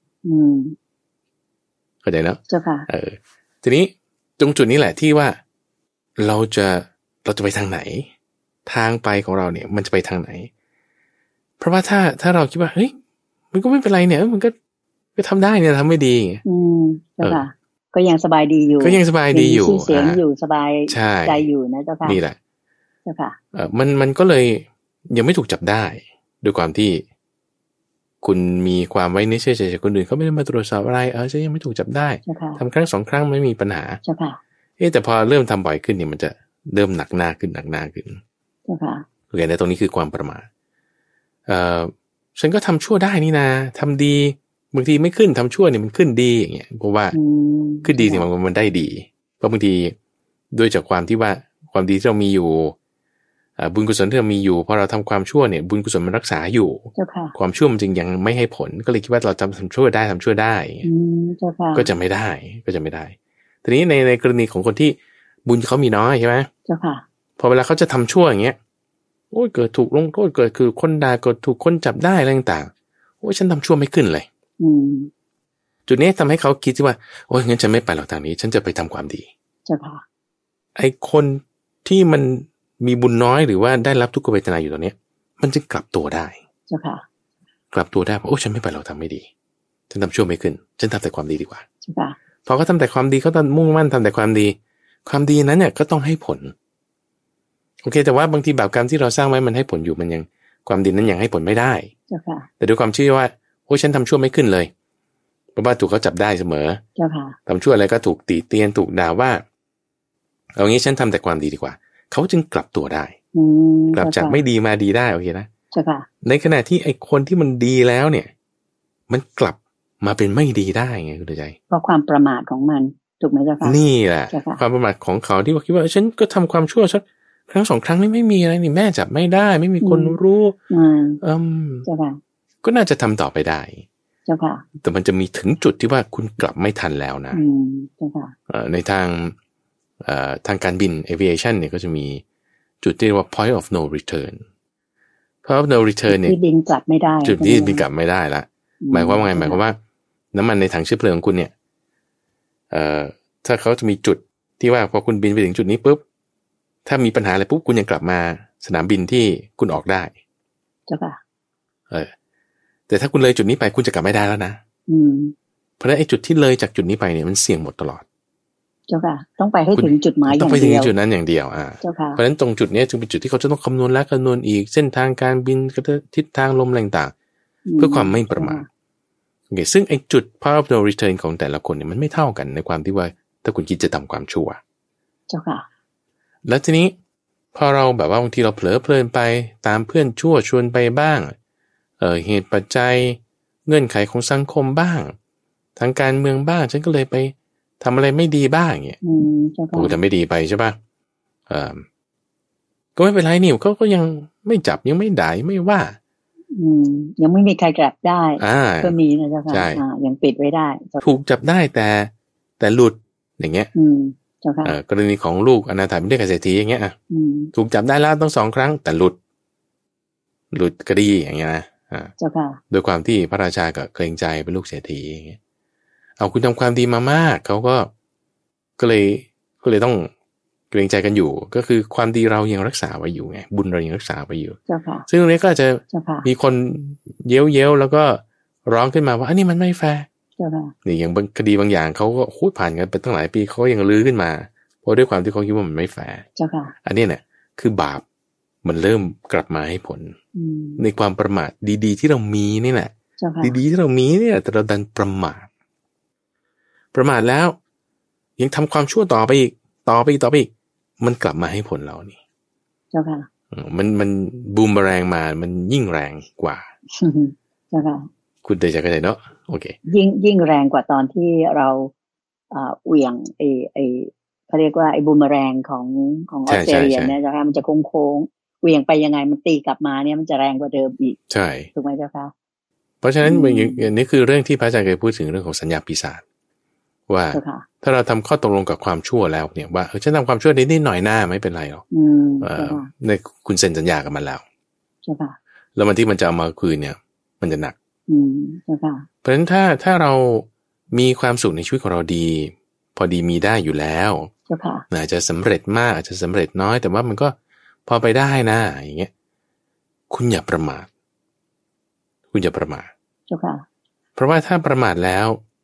เข้าใจเนาะเจ้าค่ะเออทีนี้ตรงจุดนี้แหละที่ว่าเราจะเราจะไปทางไหนทางไปของเราเนี่ยมันจะไปทางไหนเพราะว่าถ้าถ้าเราคิดว่าเฮ้ยมันก็ไม่เป็นไรเนี่ยมันก็ก็ทำได้เนี่ยทำไม่ดีอืมเจ้าค่ะก็ก็ยังสบายดีอยู่ก็ยังสบายดีอยู่มีชื่อเสียงอยู่สบายใจอยู่นะเจ้าค่ะนี่แหละเจ้าค่ะเออมันมันก็เลยยังไม่ถูกจับได้ด้วยความที่คุณมีความไว้เนื้อเชื่อใจจากคนอื่นเขาไม่ได้มาตรวจสอบอะไรเออจะยังไม่ถูกจับได้ทำครั้งสองครั้งไม่มีปัญหาเอ๊ะแต่พอเริ่มทำบ่อยขึ้นเนี่ยมันจะเริ่มหนักหน้าขึ้นหนักหน้าขึ้นโอเคในตรงนี้คือความประมาทเอ่อฉันก็ทำชั่วได้นี่นะทำดีบางทีไม่ขึ้นทำชั่วเนี่ยมันขึ้นดีอย่างเงี้ยเพราะว่าขึ้นดีสิมันมันได้ดีเพราะบางทีด้วยจากความที่ว่าความดีที่เรามีอยู่บุญกุศลที่เรามีอยู่พอเราทำความชั่วเนี่ยบุญกุศลมันรักษาอยู่ความชั่วมันจึงยังไม่ให้ผลก็เลยคิดว่าเราจำทำชั่วได้ทำชั่วได้ก็จะไม่ได้ก็จะไม่ได้ทีนี้ในในกรณีของคนที่บุญเขามีน้อยใช่ไหมพอเวลาเขาจะทำชั่วอย่างเงี้ยโอ้ยเกิดถูกลงโทษเกิดคือคนด่าเกิดถูกคนจับได้อะไรต่างๆโอ้ยฉันทำชั่วไม่ขึ้นเลยจุดนี้ทำให้เขาคิดว่าโอ้ยงั้นฉันไม่ไปหรอกทางนี้ฉันจะไปทำความดีไอ้คนที่มันมีบุญน้อยหรือว่าได้รับทุกขเวทนาอยู่ตอนนี้มันจะกลับตัวได้กลับตัวได้เพราะโอ้ฉันไม่ไปหรอกทำไม่ดีฉันทำชั่วไม่ขึ้นฉันทำแต่ความดีดีกว่าพอเขาทำแต่ความดีเขาต้องมุ่งมั่นทำแต่ความดีความดีนั้นเนี่ยก็ต้องให้ผลโอเคแต่ว่าบางทีบาปกรรมที่เราสร้างไว้มันให้ผลอยู่มันยังความดีนั้นยังให้ผลไม่ได้แต่ด้วยความเชื่อว่าโอ้ฉันทำชั่วไม่ขึ้นเลยเพราะว่าถูกเขาจับได้เสมอทำชั่วอะไรก็ถูกตีเตียนถูกด่าว่าเอางี้ฉันทำแต่ความดีดีกว่าเขาจึงกลับตัวได้กลับจากไม่ดีมาดีได้โอเคนะในขณะที่ไอ้คนที่มันดีแล้วเนี่ยมันกลับมาเป็นไม่ดีได้ไงคุณใจเพราะความประมาทของมันถูกไหมเจ้าค่ะนี่แหละความประมาทของเขาที่ว่าคิดว่าฉันก็ทำความชั่วสักครั้งสองครั้งนี่ไม่มีอะไรนี่แม่จับไม่ได้ไม่มีคนรู้อืมก็น่าจะทำต่อไปได้เจ้าค่ะแต่มันจะมีถึงจุดที่ว่าคุณกลับไม่ทันแล้วนะเจ้าค่ะในทางทางการบิน aviation เนี่ยก็จะมีจุดที่เรียกว่า point of no return point of no return เนี่ยที่บินกลับไม่ได้จุดที่บินกลับไม่ได้ละหมายความว่าไงหมายความว่าน้ำมันในถังเชื้อเพลิงของคุณเนี่ยเอ่อถ้าเขาจะมีจุดที่ว่าพอคุณบินไปถึงจุดนี้ปุ๊บถ้ามีปัญหาอะไรปุ๊บคุณยังกลับมาสนามบินที่คุณออกได้เจ้าค่ะเออแต่ถ้าคุณเลยจุดนี้ไปคุณจะกลับไม่ได้แล้วนะอืมเพราะฉะนั้นไอ้จุดที่เลยจากจุดนี้ไปเนี่ยมันเสี่ยงหมดตลอดเจ้าค่ะต้องไปให้ถึงจุดหมายอย่างเดียวต้องไปถึงจุดนั้นอย่างเดียวอ่าเจ้าค่ะเพราะฉะนั้นตรงจุดนี้จึงเป็นจุดที่เขาจะต้องคำนวณและคำนวณอีกเส้นทางการบินทิศทางลมต่างๆเพื่อความไม่ประมาทโอเคซึ่งไอ้จุด point of no return ของแต่ละคนเนี่ยมันไม่เท่ากันในความที่ว่าถ้าคุณคิดจะทำความชั่วเจ้าค่ะแล้วทีนี้พอเราแบบว่าบางทีเราเผลอเพลินไปตามเพื่อนชั่วชวนไปบ้างเอ่อเหตุปัจจัยเงื่อนไขของสังคมบ้างทางการเมืองบ้างฉันก็เลยไปทำอะไรไม่ดีบ้างเงี้ยโอ้แต่ไม่ดีไปใช่ป่ะเอ่อก็ไม่เป็นไรนี่เขาก็ยังไม่จับยังไม่ด่าไม่ว่าอืมยังไม่มีใครจับได้ก็มีนะเจ้าค่ะยังปิดไว้ได้ถูกจับได้แต่แต่หลุดอย่างเงี้ยอืมเจ้าค่ะกรณีของลูกอนาถาบิณฑิกเศรษฐีอย่างเงี้ยอ่ะถูกจับได้แล้วต้องสองครั้งแต่หลุดหลุดคดีอย่างเงี้ยนะอ่าเจ้าค่ะโดยความที่พระราชาก็เกรงใจเป็นลูกเศรษฐีอย่างเงี้ยเอาคุณทำความดีมามากเขาก็ก็เลยก็เลยต้องเกรงใจกันอยู่ก็คือความดีเรายังรักษาไว้อยู่ไงบุญเรายังรักษาไว้อยู่ซึ่งตรงนี้ก็จะมีคนเย้ยวเย้ยวแล้วก็ร้องขึ้นมาว่าอันนี้มันไม่แฟร์นี่อย่างบางคดีบางอย่างเขาก็พูดผ่านกันไปตั้งหลายปีเขายังลื้อขึ้นมาเพราะด้วยความที่เขาคิดว่ามันไม่แฟร์อันนี้เนี่ยคือบาปมันเริ่มกลับมาให้ผลในความประมาทดีๆที่เรามีนี่แหละดีๆที่เรามีเนี่ยแต่เราดันประมาทประมาทแล้วยังทำความชั่วต่อไปอีกต่อไปอีกต่อไปอีกมันกลับมาให้ผลเรานี่เจ้าค่ะมันมันบูมแรงมามันยิ่งแรงกว่าเจ้าค่ะคุณเดชะก็ได้เนาะโอเคยิ่งยิ่งแรงกว่าตอนที่เราเหวี่ยงไอไอเขาเรียกว่าไอบูมแรงของของออสเตรเลียเนี่ยเจ้าค่ะมันจะโค้งๆเหวี่ยงไปยังไงมันตีกลับมาเนี่ยมันจะแรงกว่าเดิมอีกใช่ถูกไหมเจ้าค่ะเพราะฉะนั้นอย่างนี้คือเรื่องที่พระอาจารย์เคยพูดถึงเรื่องของสัญญาปีศาจว่าถ้าเราทำข้อตกลงกับความชั่วแล้วเนี่ยว่าเออฉันทำความชั่วนิดๆหน่อยหน้าไม่เป็นไรหรอกในคุณเซ็นสัญญากับมันแล้วแล้วมันที่มันจะเอามาคืนเนี่ยมันจะหนักเพราะฉะนั้นถ้าถ้าเรามีความสุขในชีวิตของเราดีพอดีมีได้อยู่แล้วอาจจะสำเร็จมากอาจจะสำเร็จน้อยแต่ว่ามันก็พอไปได้นะอย่างเงี้ยคุณอย่าประมาทคุณอย่าประมาทเพราะว่าถ้าประมาทแล้ว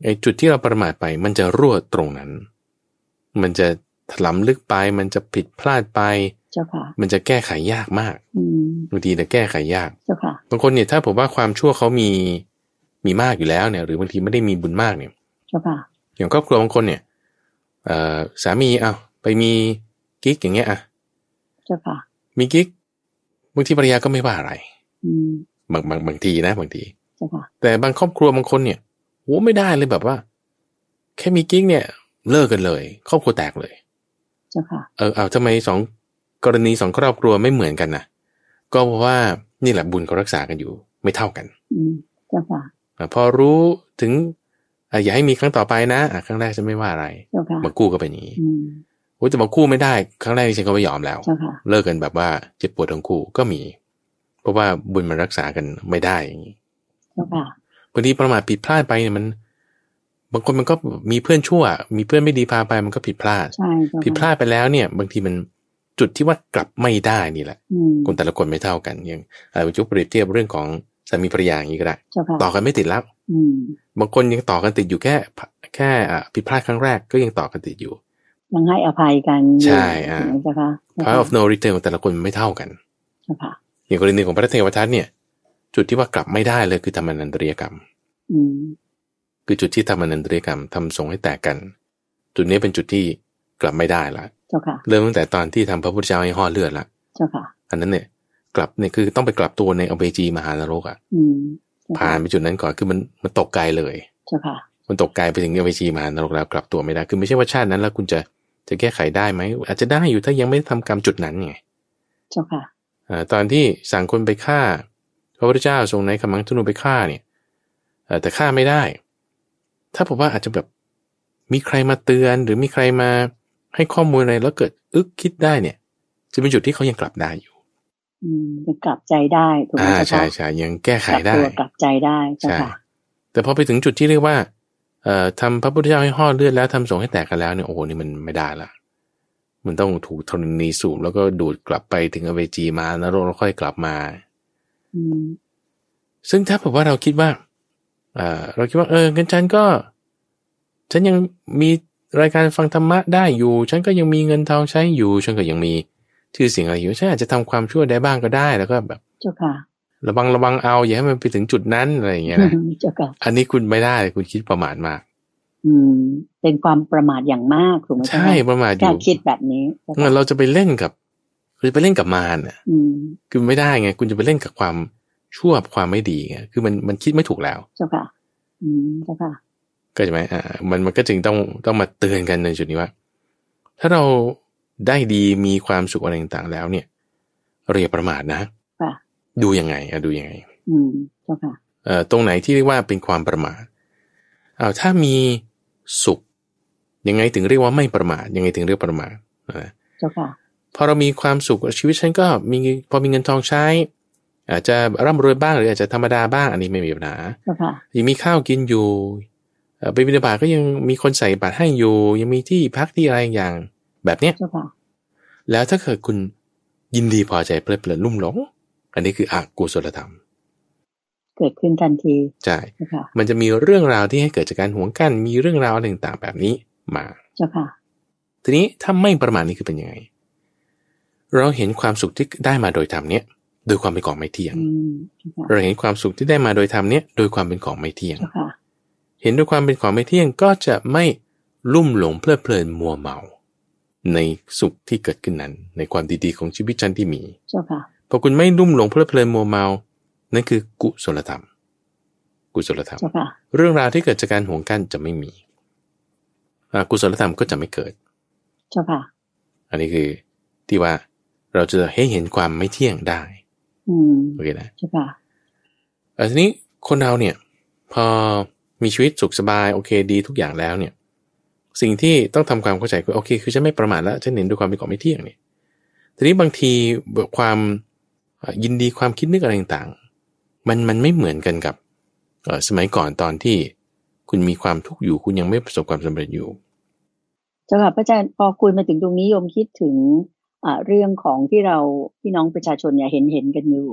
ไอ้จุดที่เราประมาทไปมันจะรั่วตรงนั้นมันจะถลำลึกไปมันจะผิดพลาดไปเจ้าค่ะมันจะแก้ไขยากมากบางทีจะแก้ไขยากเจ้าค่ะบางคนเนี่ยถ้าผมว่าความชั่วเขามีมีมากอยู่แล้วเนี่ยหรือบางทีไม่ได้มีบุญมากเนี่ยเจ้าค่ะอย่างครอบครัวบางคนเนี่ยเอ่อสามีเอาไปมีกิ๊กอย่างเงี้ยอ่ะเจ้าค่ะมีกิ๊กบางทีภรรยาก็ไม่ว่าอะไรอืมบางบางบางทีนะบางทีเจ้าค่ะแต่บางครอบครัวบางคนเนี่ยโหไม่ได้เลยแบบว่าแค่มีกิ๊กเนี่ยเลิกกันเลยครอบครัวแตกเลยเจ้าค่ะเออเอาทำไมสองกรณีสองครอบครัวไม่เหมือนกันนะก็เพราะว่านี่แหละบุญเขารักษากันอยู่ไม่เท่ากันอืมเจ้าค่ะพอรู้ถึงอย่าให้มีครั้งต่อไปนะครั้งแรกฉันไม่ว่าอะไรมากู้ก็เป็นอย่างนี้โอ้แต่มากู้ไม่ได้ครั้งแรกฉันก็ไม่ยอมแล้วเลิกกันแบบว่าเจ็บปวดทั้งคู่ก็มีเพราะว่าบุญมันรักษากันไม่ได้อย่างนี้บางทีประมาทผิดพลาดไปเนี่ยมันบางคนมันก็มีเพื่อนชั่วมีเพื่อนไม่ดีพาไปมันก็ผิดพลาดผิดพลาดไปแล้วเนี่ยบางทีมันจุดที่ว่ากลับไม่ได้นี่แหละคนแต่ละคนไม่เท่ากันอย่างอาจุเปรียบเทียบเรื่องของสามีภรรยาอย่างนี้ก็ได้ต่อกันไม่ติดแล้วบางคนยังต่อกันติดอยู่แค่แค่ผิดพลาดครั้งแรกก็ยังต่อกันติดอยู่ยังให้อภัยกันใช่อ่า point of no return ของแต่ละคนไม่เท่ากันอย่างกรณีของพระเทวทัตเนี่ยจุดที่ว่ากลับไม่ได้เลยคือธรรมนันตริยกรรมคือจุดที่ธรรมนันตริยกรรมทำส่งให้แตกกันจุดนี้เป็นจุดที่กลับไม่ได้ละเริ่มตั้งแต่ตอนที่ทำพระพุทธเจ้าให้ห่อเลือดละอันนั้นเนี่ยกลับเนี่ยคือต้องไปกลับตัวในอเวจีมหานรกอ่ะผ่านไปจุดนั้นก่อนคือมันมันตกไกลเลยมันตกไกลไปถึงอเวจีมหานรกแล้วกลับตัวไม่ได้คือไม่ใช่ว่าชาตินั้นแล้วคุณจะจะแก้ไขได้ไหมอาจจะได้อยู่ถ้ายังไม่ทำกรรมจุดนั้นไงเจ้าค่ะอ่าตอนที่สั่งคนไปฆ่าพระพุทธเจ้าทรงในขมังธนูไปฆ่าเนี่ยแต่ฆ่าไม่ได้ถ้าผมว่าอาจจะแบบมีใครมาเตือนหรือมีใครมาให้ข้อมูลอะไรแล้วเกิดอึกคิดได้เนี่ยจะเป็นจุดที่เขายังกลับได้อยู่อืมยังกลับใจได้ถูกไหมอ่าใช่ใช่ยังแก้ไขได้กลับใจได้ใช่แต่พอไปถึงจุดที่เรียกว่าเอ่อทำพระพุทธเจ้าให้ห่อเลือดแล้วทำสงฆ์ให้แตกกันแล้วเนี่ยโอ้โหนี่มันไม่ได้ละมันต้องถูกธรณีสูบแล้วก็ดูดกลับไปถึงอเวจีมานรกแล้วค่อยกลับมาอืมซึ่งถ้าแบบว่าเราคิดว่าเอ่อเราคิดว่าเอองั้นฉันก็ฉันยังมีรายการฟังธรรมะได้อยู่ฉันก็ยังมีเงินทองใช้อยู่ฉันก็ยังมีชื่อเสียงอะไรอยู่ฉันอาจจะทำความชั่วได้บ้างก็ได้แล้วก็แบบเจ้าค่ะระวังระวังเอาอย่าให้มันไปถึงจุดนั้นอะไรอย่างเงี้ยนะเจ้าค่ะอันนี้คุณไม่ได้คุณคิดประมาทมากอืมเป็นความประมาทอย่างมากถูกไหมใช่ประมาทอยู่การคิดแบบนี้เงินเราจะไปเล่นกับคือไปเล่นกับมารอ่ะคือไม่ได้ไงคุณจะไปเล่นกับความชั่วความไม่ดีไงคือมันมันคิดไม่ถูกแล้วเจ้าค่ะอืมเจ้าค่ะก็ใช่ไหมอ่ามันมันก็จึงต้องต้องมาเตือนกันในจุดนี้ว่าถ้าเราได้ดีมีความสุขอะไรต่างๆแล้วเนี่ยเราอย่าประมาทนะดูยังไงอะดูยังไงอืมเจ้าค่ะเอ่อตรงไหนที่เรียกว่าเป็นความประมาทอ้าวถ้ามีสุขยังไงถึงเรียกว่าไม่ประมาทยังไงถึงเรียกประมาทนะเจ้าค่ะพอเรามีความสุขชีวิตฉันก็มีพอมีเงินทองใช้อาจจะร่ำรวยบ้างหรืออาจจะธรรมดาบ้างอันนี้ไม่มีปัญหาเจ้าค่ะยังมีข้าวกินอยู่ไปบิณฑบาตก็ยังมีคนใส่บาตรให้อยู่ยังมีที่พักที่อะไรอย่างแบบเนี้ยแล้วถ้าเกิดคุณยินดีพอใจเพลิดเพลินลุ่มหลงอันนี้คืออกุศลธรรมเกิดขึ้นทันทีใช่มันจะมีเรื่องราวที่ให้เกิดจากการหวงกั้นมีเรื่องราวอะไรต่างๆแบบนี้มาเจ้าค่ะทีนี้ถ้าไม่ประมาทนี่คือเป็นยังไงเราเห็นความสุขที่ได้มาโดยธรรมเนี้ยโดยความเป็นของไม่เที่ยงเราเห็นความสุขที่ได้มาโดยธรรมเนี้ยโดยความเป็นของไม่เที่ยงเห็นด้วยความเป็นของไม่เที่ยงก็จะไม่ลุ่มหลงเพลิดเพลินมัวเมาในสุขที่เกิดขึ้นนั้นในความดีๆของชีวิตฉันที่มีพอคุณไม่ลุ่มหลงเพลิดเพลินมัวเมานั่นคือกุศลธรรมกุศลธรรมเรื่องราวที่เกิดจากการหวงกั้นจะไม่มีกุศลธรรมก็จะไม่เกิดเจ้าค่ะอันนี้คือที่ว่าเราจะให้เห็นความไม่เที่ยงได้โอเคนะเจ้าค่ะแต่ทีนี้คนเราเนี่ยพอมีชีวิตสุขสบายโอเคดีทุกอย่างแล้วเนี่ยสิ่งที่ต้องทำความเข้าใจคือโอเคคือฉันไม่ประมาทแล้วฉันเห็นด้วยความเป็นของไม่เที่ยงเนี่ยทีนี้บางทีความยินดีความคิดนึกอะไรต่างๆมันมันไม่เหมือนกันกับสมัยก่อนตอนที่คุณมีความทุกข์อยู่คุณยังไม่ประสบความสำเร็จอยู่เจ้าค่ะพระอาจารย์พอคุยมาถึงตรงนี้โยมคิดถึงเรื่องของที่เราพี่น้องประชาชนเนี่ยเห็นเห็นกันอยู่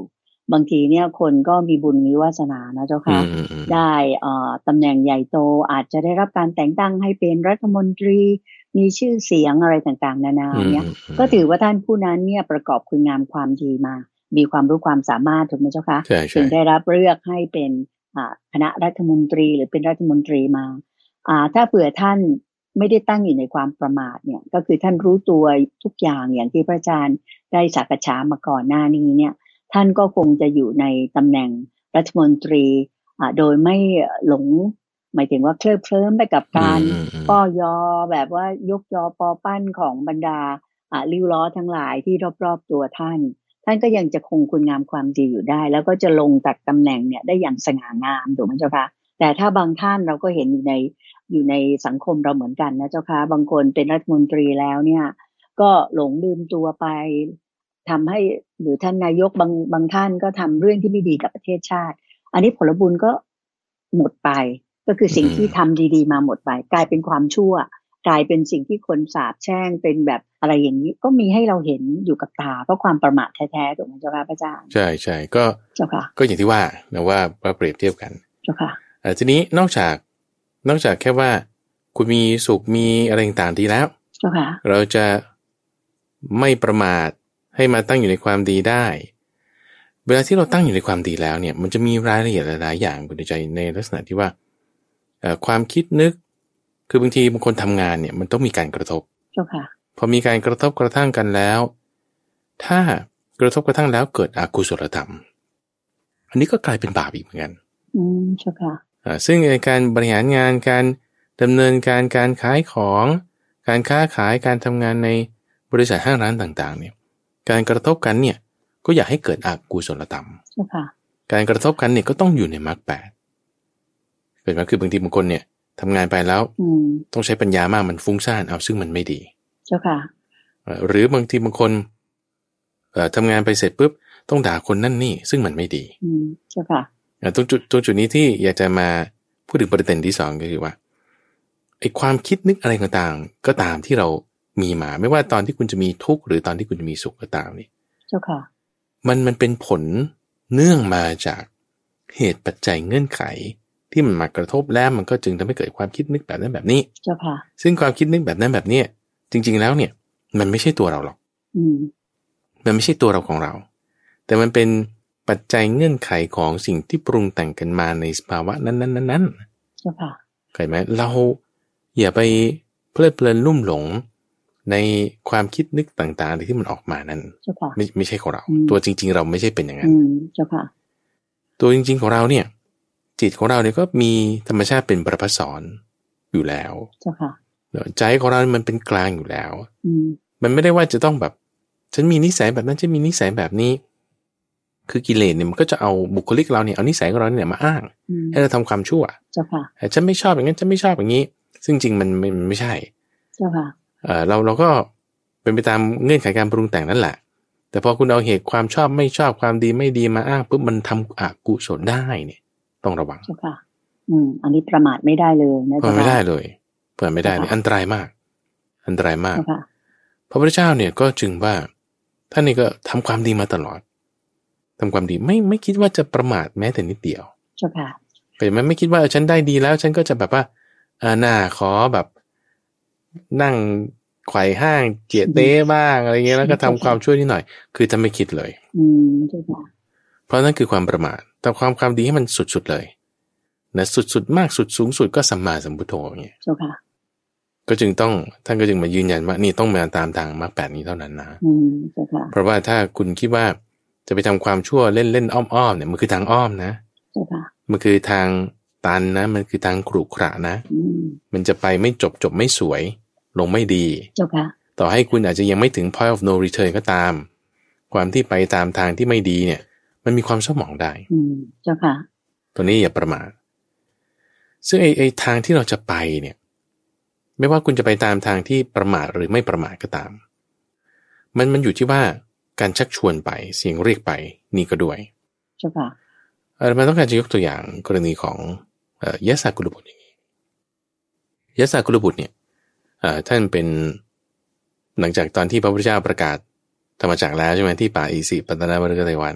บางทีเนี่ยคนก็มีบุญมีวาสนานะเจ้าค่ะได้เอ่อตำแหน่งใหญ่โตอาจจะได้รับการแต่งตั้งให้เป็นรัฐมนตรีมีชื่อเสียงอะไรต่างๆนานาเนี่ยก็ถือว่าท่านผู้นั้นเนี่ยประกอบคุณงามความดีมามีความรู้ความสามารถถูกไหมเจ้าคะถึงได้รับเลือกให้เป็นคณะรัฐมนตรีหรือเป็นรัฐมนตรีมาถ้าเผื่อท่านไม่ได้ตั้งอยู่ในความประมาทเนี่ยก็คือท่านรู้ตัวทุกอย่างอย่างที่พระอาจารย์ได้สักษามาก่อนหน้านี้เนี่ยท่านก็คงจะอยู่ในตำแหน่งรัฐมนตรีโดยไม่หลงหมายถึงว่าเคลิบเคลิ้มไปกับการป้อยอแบบว่ายกยอปอปั้นของบรรดาลิ้วล้อทั้งหลายที่รอบๆตัวท่านท่านก็ยังจะคงคุณงามความดีอยู่ได้แล้วก็จะลงจากตำแหน่งเนี่ยได้อย่างสง่างามถูกไหมเจ้าคะแต่ถ้าบางท่านเราก็เห็นอยู่ในอยู่ในสังคมเราเหมือนกันนะเจ้าคะบางคนเป็นรัฐมนตรีแล้วเนี่ยก็หลงลืมตัวไปทำให้หรือท่านนายกบางบางท่านก็ทำเรื่องที่ไม่ดีกับประเทศชาติอันนี้ผลบุญก็หมดไปก็คือสิ่งที่ทำดีๆมาหมดไปกลายเป็นความชั่วกลายเป็นสิ่งที่คนสาปแช่งเป็นแบบอะไรอย่างนี้ก็มีให้เราเห็นอยู่กับตาเพราะความประมาทแท้ๆถูกไหมเจ้าค่ะพระอาจารย์ใช่ใช่ก็เจ้าค่ะก็อย่างที่ว่านะว่าว่าเปรียบเทียบกันเจ้าค่ะทีนี้นอกจากนอกจากแค่ว่าคุณมีสุขมีอะไรต่างๆดีแล้วเจ้าค่ะเราจะไม่ประมาทให้มาตั้งอยู่ในความดีได้เวลาที่เราตั้งอยู่ในความดีแล้วเนี่ยมันจะมีรายละเอียดหลายๆอย่างบนใจในลักษณะที่ว่าความคิดนึกคือบางทีบางคนทำงานเนี่ยมันต้องมีการกระทบเจ้าค่ะพอมีการกระทบกระทั่งกันแล้วถ้ากระทบกระทั่งแล้วเกิดอกุศลธรรมอันนี้ก็กลายเป็นบาปอีกเหมือนกันอืมเจ้าค่ะอ่าซึ่งในการบริหารงานการดำเนินการการขายของการค้าขายการทำงานในบริษัทห้างร้านต่างๆเนี่ยการกระทบกันเนี่ยก็อยากให้เกิดอกุศลธรรมเจ้าค่ะการกระทบกันเนี่ยก็ต้องอยู่ในมรรคแปดเป็นว่าคือบางทีบางคนเนี่ยทำงานไปแล้วต้องใช้ปัญญามากมันฟุ้งซ่านเอาซึ่งมันไม่ดีเจ้าค่ะหรือบางทีบางคนเอ่อทำงานไปเสร็จปุ๊บต้องด่าคนนั่นนี่ซึ่งมันไม่ดีเจ้าค่ะตรงจุดตรงจุดนี้ที่อยากจะมาพูดถึงประเด็นที่สองก็คือว่าไอ้ความคิดนึกอะไรต่างๆก็ตามที่เรามีมาไม่ว่าตอนที่คุณจะมีทุกข์หรือตอนที่คุณจะมีสุขก็ตามนี่เจ้าค่ะมันมันเป็นผลเนื่องมาจากเหตุปัจจัยเงื่อนไขที่มันมากระทบแล้วมันก็จึงทำให้เกิดความคิดนึกแบบนั้นแบบนี้เจ้าค่ะซึ่งความคิดนึกแบบนั้นแบบนี้จริงๆแล้วเนี่ยมันไม่ใช่ตัวเราหรอกอืมมันไม่ใช่ตัวเราของเราแต่มันเป็นปัจจัยเงื่อนไขของสิ่งที่ปรุงแต่งกันมาในสภาวะนั้นๆๆๆเจ้าค่ะเข้าใจไหมเราอย่าไปเพลิดเพลินลุ่มหลงในความคิดนึกต่างๆที่มันออกมานั้นเจ้าค่ะไม่ไม่ใช่ของเราตัวจริงๆเราไม่ใช่เป็นอย่างนั้นเจ้าค่ะตัวจริงๆของเราเนี่ยจิตของเราเนี่ยก็มีธรรมชาติเป็นประภัสสรอยู่แล้วเจ้าค่ะใจของเรามันเป็นกลางอยู่แล้วมันไม่ได้ว่าจะต้องแบบฉันมีนิสัยแบบนั้นฉันมีนิสัยแบบนี้คือกิเลสเนี่ยมันก็จะเอาบุคลิกเราเนี่ยเอานิสัยของเราเนี่ยมาอ้างให้เราทำความชั่วเจ้าค่ะฉันไม่ชอบอย่างนั้นฉันไม่ชอบอย่างนี้ซึ่งจริงมันไม่ไม่ใช่เจ้าค่ะเออเราเราก็เป็นไปตามเงื่อนไขการปรุงแต่งนั่นแหละแต่พอคุณเอาเหตุความชอบไม่ชอบความดีไม่ดีมาอ้างปุ๊บมันทำอกุศลได้เนี่ยต้องระวังเจ้าค่ะอืมอันนี้ประมาทไม่ได้เลยนะเจ้าค่ะไม่ได้เลยเปิดไม่ได้เลยอันตรายมากอันตรายมากพระพุทธเจ้าเนี่ยก็จึงว่าท่านนี่ก็ทำความดีมาตลอดทำความดีไม่ไม่คิดว่าจะประมาทแม้แต่นิดเดียวเจ้าค่ะเป็นไหมไม่คิดว่าฉันได้ดีแล้วฉันก็จะแบบว่าอ่าหน้าขอแบบนั่งไขว่ห้างเจียเต้บ้างอะไรเงี้ยแล้วก็ทำความช่วยนิดหน่อยคือจะไม่คิดเลยอืมเจ้าค่ะเพราะนั่นคือความประมาทแต่ความความดีให้มันสุดๆเลยนะสุดๆมากสุดสูงสุดก็สัมมาสัมพุทโธอย่างเงี้ยเจ้าค่ะก็จึงต้องท่านก็จึงมายืนยันว่านี่ต้องมาตามทางมรรคแปดนี้เท่านั้นนะอืมเจ้าค่ะเพราะว่าถ้าคุณคิดว่าจะไปทำความชั่วเล่นๆอ้อมๆเนี่ยมันคือทางอ้อมนะเจ้าค่ะมันคือทางตันนะมันคือทางขรุขระนะมันจะไปไม่จบจบไม่สวยลงไม่ดีเจ้าค่ะต่อให้คุณอาจจะยังไม่ถึง point of no return ก็ตามความที่ไปตามทางที่ไม่ดีเนี่ยมันมีความเศร้าหมองได้อืมเจ้าค่ะตัวนี้อย่าประมาทซึ่งไอ้ไอ้ทางที่เราจะไปเนี่ยไม่ว่าคุณจะไปตามทางที่ประมาทหรือไม่ประมาทก็ตามมันมันอยู่ที่ว่าการชักชวนไปเสียงเรียกไปนี่ก็ด้วยเจ้าค่ะเออมันต้องการจะยกตัวอย่างกรณีของเอ่อยะสากุลบุตรอย่างนี้ยะสากุลบุตรเนี่ยเอ่อท่านเป็นหลังจากตอนที่พระพุทธเจ้าประกาศธรรมจักรแล้วใช่ไหมที่ป่าอิสิปตนมฤคทายวัน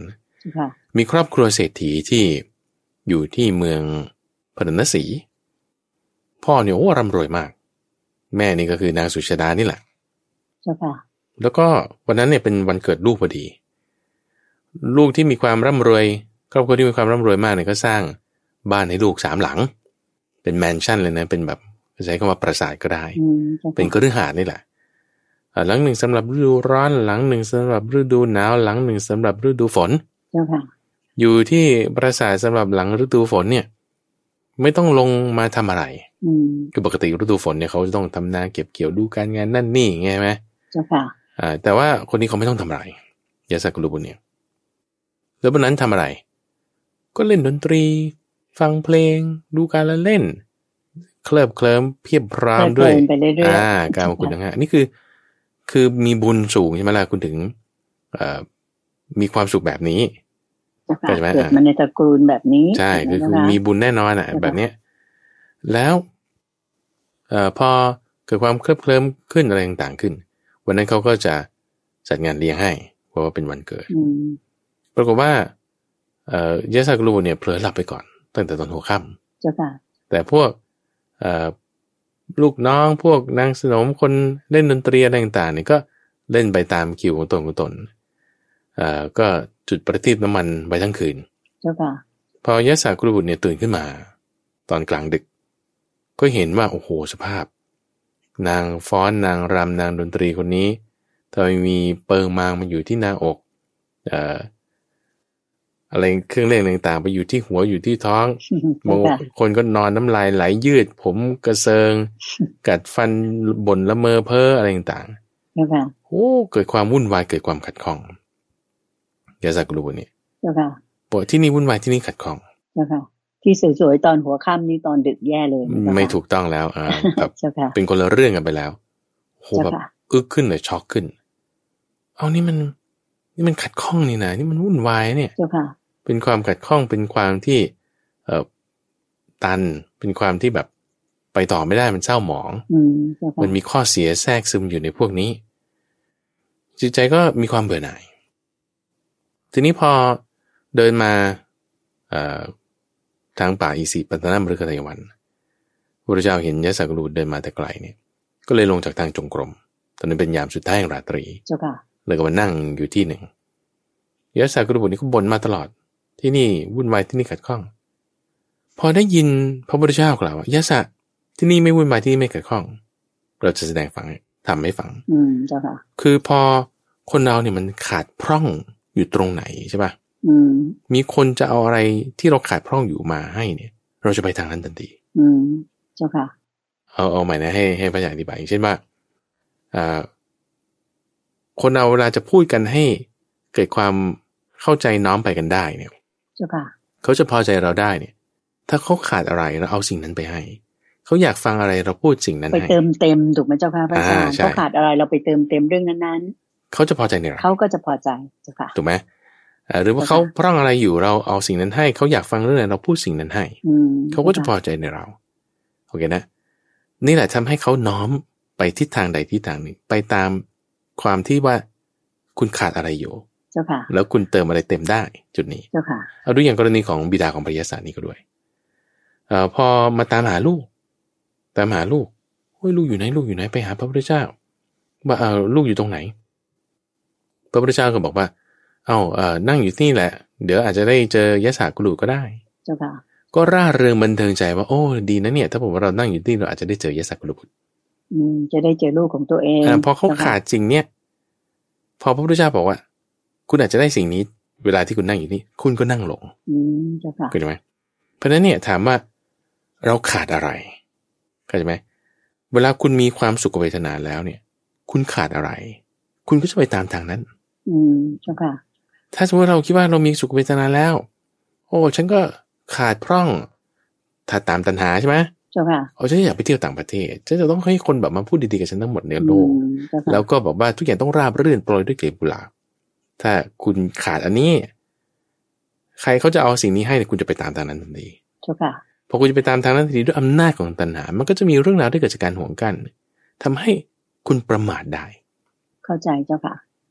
ค่ะมีครอบครัวเศรษฐีที่อยู่ที่เมืองพาราณสีพ่อเนี่ยโอ้ร่ำรวยมากแม่นี่ก็คือนางสุชาดานี่แหละเจ้าค่ะแล้วก็วันนั้นเนี่ยเป็นวันเกิดลูกพอดีลูกที่มีความร่ำรวยครอบครัวที่มีความร่ำรวยมากเนี่ยก็สร้างบ้านให้ลูกสามหลังเป็นแมนชั่นเลยนะเป็นแบบใช้คำว่าปราสาทก็ได้เป็นคฤหาสน์นี่แหละหลังหนึ่งสำหรับฤดูร้อนหลังหนึ่งสำหรับฤดูหนาวหลังหนึ่งสำหรับฤดูฝนอยู่ที่ปราสาทสำหรับหลังฤดูฝนเนี่ยไม่ต้องลงมาทำอะไรคือปกติฤดูฝนเนี่ยเขาจะต้องทำนาเก็บเกี่ยวดูการงานนั่นนี่ไงไหมเจ้าค่ะอ่าแต่ว่าคนนี้เขาไม่ต้องทำอะไรยาสักลุบุญเนี่ยแล้ววันนั้นทำอะไรก็เล่นดนตรีฟังเพลงดูการละเล่นเคลิบเคลิ้มเพียบพร้อมด้วยอ่าการมาคุณทั้งห้านี่คือคือมีบุญสูงใช่ไหมล่ะคุณถึงเอ่อมีความสุขแบบนี้เกิดมาในตระกูลแบบนี้ใช่คือคือมีบุญแน่นอนอ่ะแบบเนี้ยแล้วเอ่อพอเกิดความเคลิบเคลิ้มขึ้นอะไรต่างๆขึ้นวันนั้นเขาก็จะจัดงานเลี้ยงให้เพราะว่าเป็นวันเกิดปรากฏว่าเอ่อยะสักลูเนี่ยเผลอหลับไปก่อนตั้งแต่ตอนหัวค่ำเจ้าค่ะแต่พวกเอ่อลูกน้องพวกนางสนมคนเล่นดนตรีอะไรต่างๆเนี่ยก็เล่นไปตามคิวของตนของตนเอ่อก็จุดประทีปน้ำมันไปทั้งคืนเจ้าค่ะพอยะสักลูเนี่ยตื่นขึ้นมาตอนกลางดึกก็เห็นว่าโอ้โหสภาพนางฟ้อนนางรำนางดนตรีคนนี้ทำไมมีเปิงมางมาอยู่ที่หน้าอกเอ่ออะไรเครื่องเล่นต่างๆไปอยู่ที่หัวอยู่ที่ท้องบางคนก็นอนน้ำลายไหลยืดผมกระเซิงกัดฟันบ่นละเมอเพ้ออะไรต่างๆโอ้เกิดความวุ่นวายเกิดความขัดข้องยาสักลูเนี่ยปที่นี่วุ่นวายที่นี่ขัดข้องที่สวยๆตอนหัวค่ำนี่ตอนดึกแย่เลยไม่ถูกต้องแล้วอ่าแบบเป็นคนละเรื่องกันไปแล้วโหแบบอึกขึ้นเลยช็อกขึ้นเอานี่มันนี่มันขัดข้องนี่นะนี่มันวุ่นวายเนี่ยเป็นความขัดข้องเป็นความที่เอ่อตันเป็นความที่แบบไปต่อไม่ได้มันเศร้าหมองมันมีข้อเสียแทรกซึมอยู่ในพวกนี้จิตใจก็มีความเบื่อหน่ายทีนี้พอเดินมาเอ่อทางป่าอิสิปตนมฤคทายวันพระเจ้าเห็นยะสักลูเดินมาแต่ไกลเนี่ยก็เลยลงจากทางจงกรมตอนนั้นเป็นยามสุดท้ายของราตรีเลยก็มานั่งอยู่ที่หนึ่งยะสักลูนี่ก็บ่นมาตลอดที่นี่วุ่นวายที่นี่ขัดข้องพอได้ยินพระพุทธเจ้ากล่าวว่ายะสักที่นี่ไม่วุ่นวายที่นี่ไม่ขัดข้องเราจะแสดงฟังทำให้ฟังอืมเจ้าค่ะคือพอคนเราเนี่ยมันขาดพร่องอยู่ตรงไหนใช่ป่ะมีคนจะเอาอะไรที่เราขาดพร่องอยู่มาให้เนี่ยเราจะไปทางนั้นทันทีอืมเจ้าค่ะเอาเอาใหม่นะให้ให้พระอาจารย์อธิบายอย่างเช่นว่าอ่าคนเราเวลาจะพูดกันให้เกิดความเข้าใจน้อมไปกันได้เนี่ยเจ้าค่ะเขาจะพอใจเราได้เนี่ยถ้าเขาขาดอะไรเราเอาสิ่งนั้นไปให้เขาอยากฟังอะไรเราพูดสิ่งนั้นให้ไปเติมเต็มถูกไหมเจ้าค่ะพระอาจารย์เขาขาดอะไรเราไปเติมเต็มเรื่องนั้นๆเขาจะพอใจในเราเขาก็จะพอใจเจ้าค่ะถูกไหมหรือว่าเขาพร่องอะไรอยู่เราเอาสิ่งนั้นให้เขาอยากฟังเรื่องอะไรเราพูดสิ่งนั้นให้เขาก็จะพอใจในเราโอเคนะนี่แหละทำให้เขาน้อมไปทิศทางใดทิศทางหนึ่งไปตามความที่ว่าคุณขาดอะไรอยู่เจ้าค่ะแล้วคุณเติมอะไรเต็มได้จุดนี้เจ้าค่ะเอาดูอย่างกรณีของบิดาของพระยาศาสนี่ก็ด้วยเอ่อพอมาตามหาลูกตามหาลูกโอ้ยลูกอยู่ไหนลูกอยู่ไหนไปหาพระพุทธเจ้าว่าเออลูกอยู่ตรงไหนพระพุทธเจ้าก็บอกว่าเอ้าเอ่อนั่งอยู่ที่นี่แหละเดี๋ยวอาจจะได้เจอยะสากลุก็ได้เจ้าค่ะก็ร่าเริงบันเทิงใจว่าโอ้ดีนะเนี่ยถ้าผมว่าเรานั่งอยู่ที่เราอาจจะได้เจอยะสากลุบุตรอืมจะได้เจอลูกของตัวเองอ่าพอเขาขาดสิ่งเนี้ยพอพระพุทธเจ้าบอกว่าคุณอาจจะได้สิ่งนี้เวลาที่คุณนั่งอยู่นี่คุณก็นั่งลงอืมเจ้าค่ะเข้าใจไหมเพราะฉะนั้นเนี่ยถามว่าเราขาดอะไรเข้าใจไหมเวลาคุณมีความสุขเวทนาแล้วเนี่ยคุณขาดอะไรคุณก็จะไปตามทางนั้นอืมเจ้าค่ะถ้าสมมติเราคิดว่าเรามีสุขเวทนาแล้วโอ้ฉันก็ขาดพร่องถ้าตามตัณหาใช่ไหมเจ้าค่ะโอ้ฉันอยากไปเที่ยวต่างประเทศฉันจะต้องให้คนแบบมาพูดดีๆกับฉันทั้งหมดในโลกแล้วก็บอกว่าทุกอย่างต้องราบรื่นโปรยด้วยกลีบกุหลาบถ้าคุณขาดอันนี้ใครเขาจะเอาสิ่งนี้ให้คุณจะไปตามทางนั้นทันทีเจ้าค่ะพอคุณจะไปตามทางนั้นทันทีด้วยอำนาจของตัณหามันก็จะมีเรื่องราวที่เกิดจากการห่วงกันทำให้คุณประมาทได้เข้าใจเจ้าค่ะ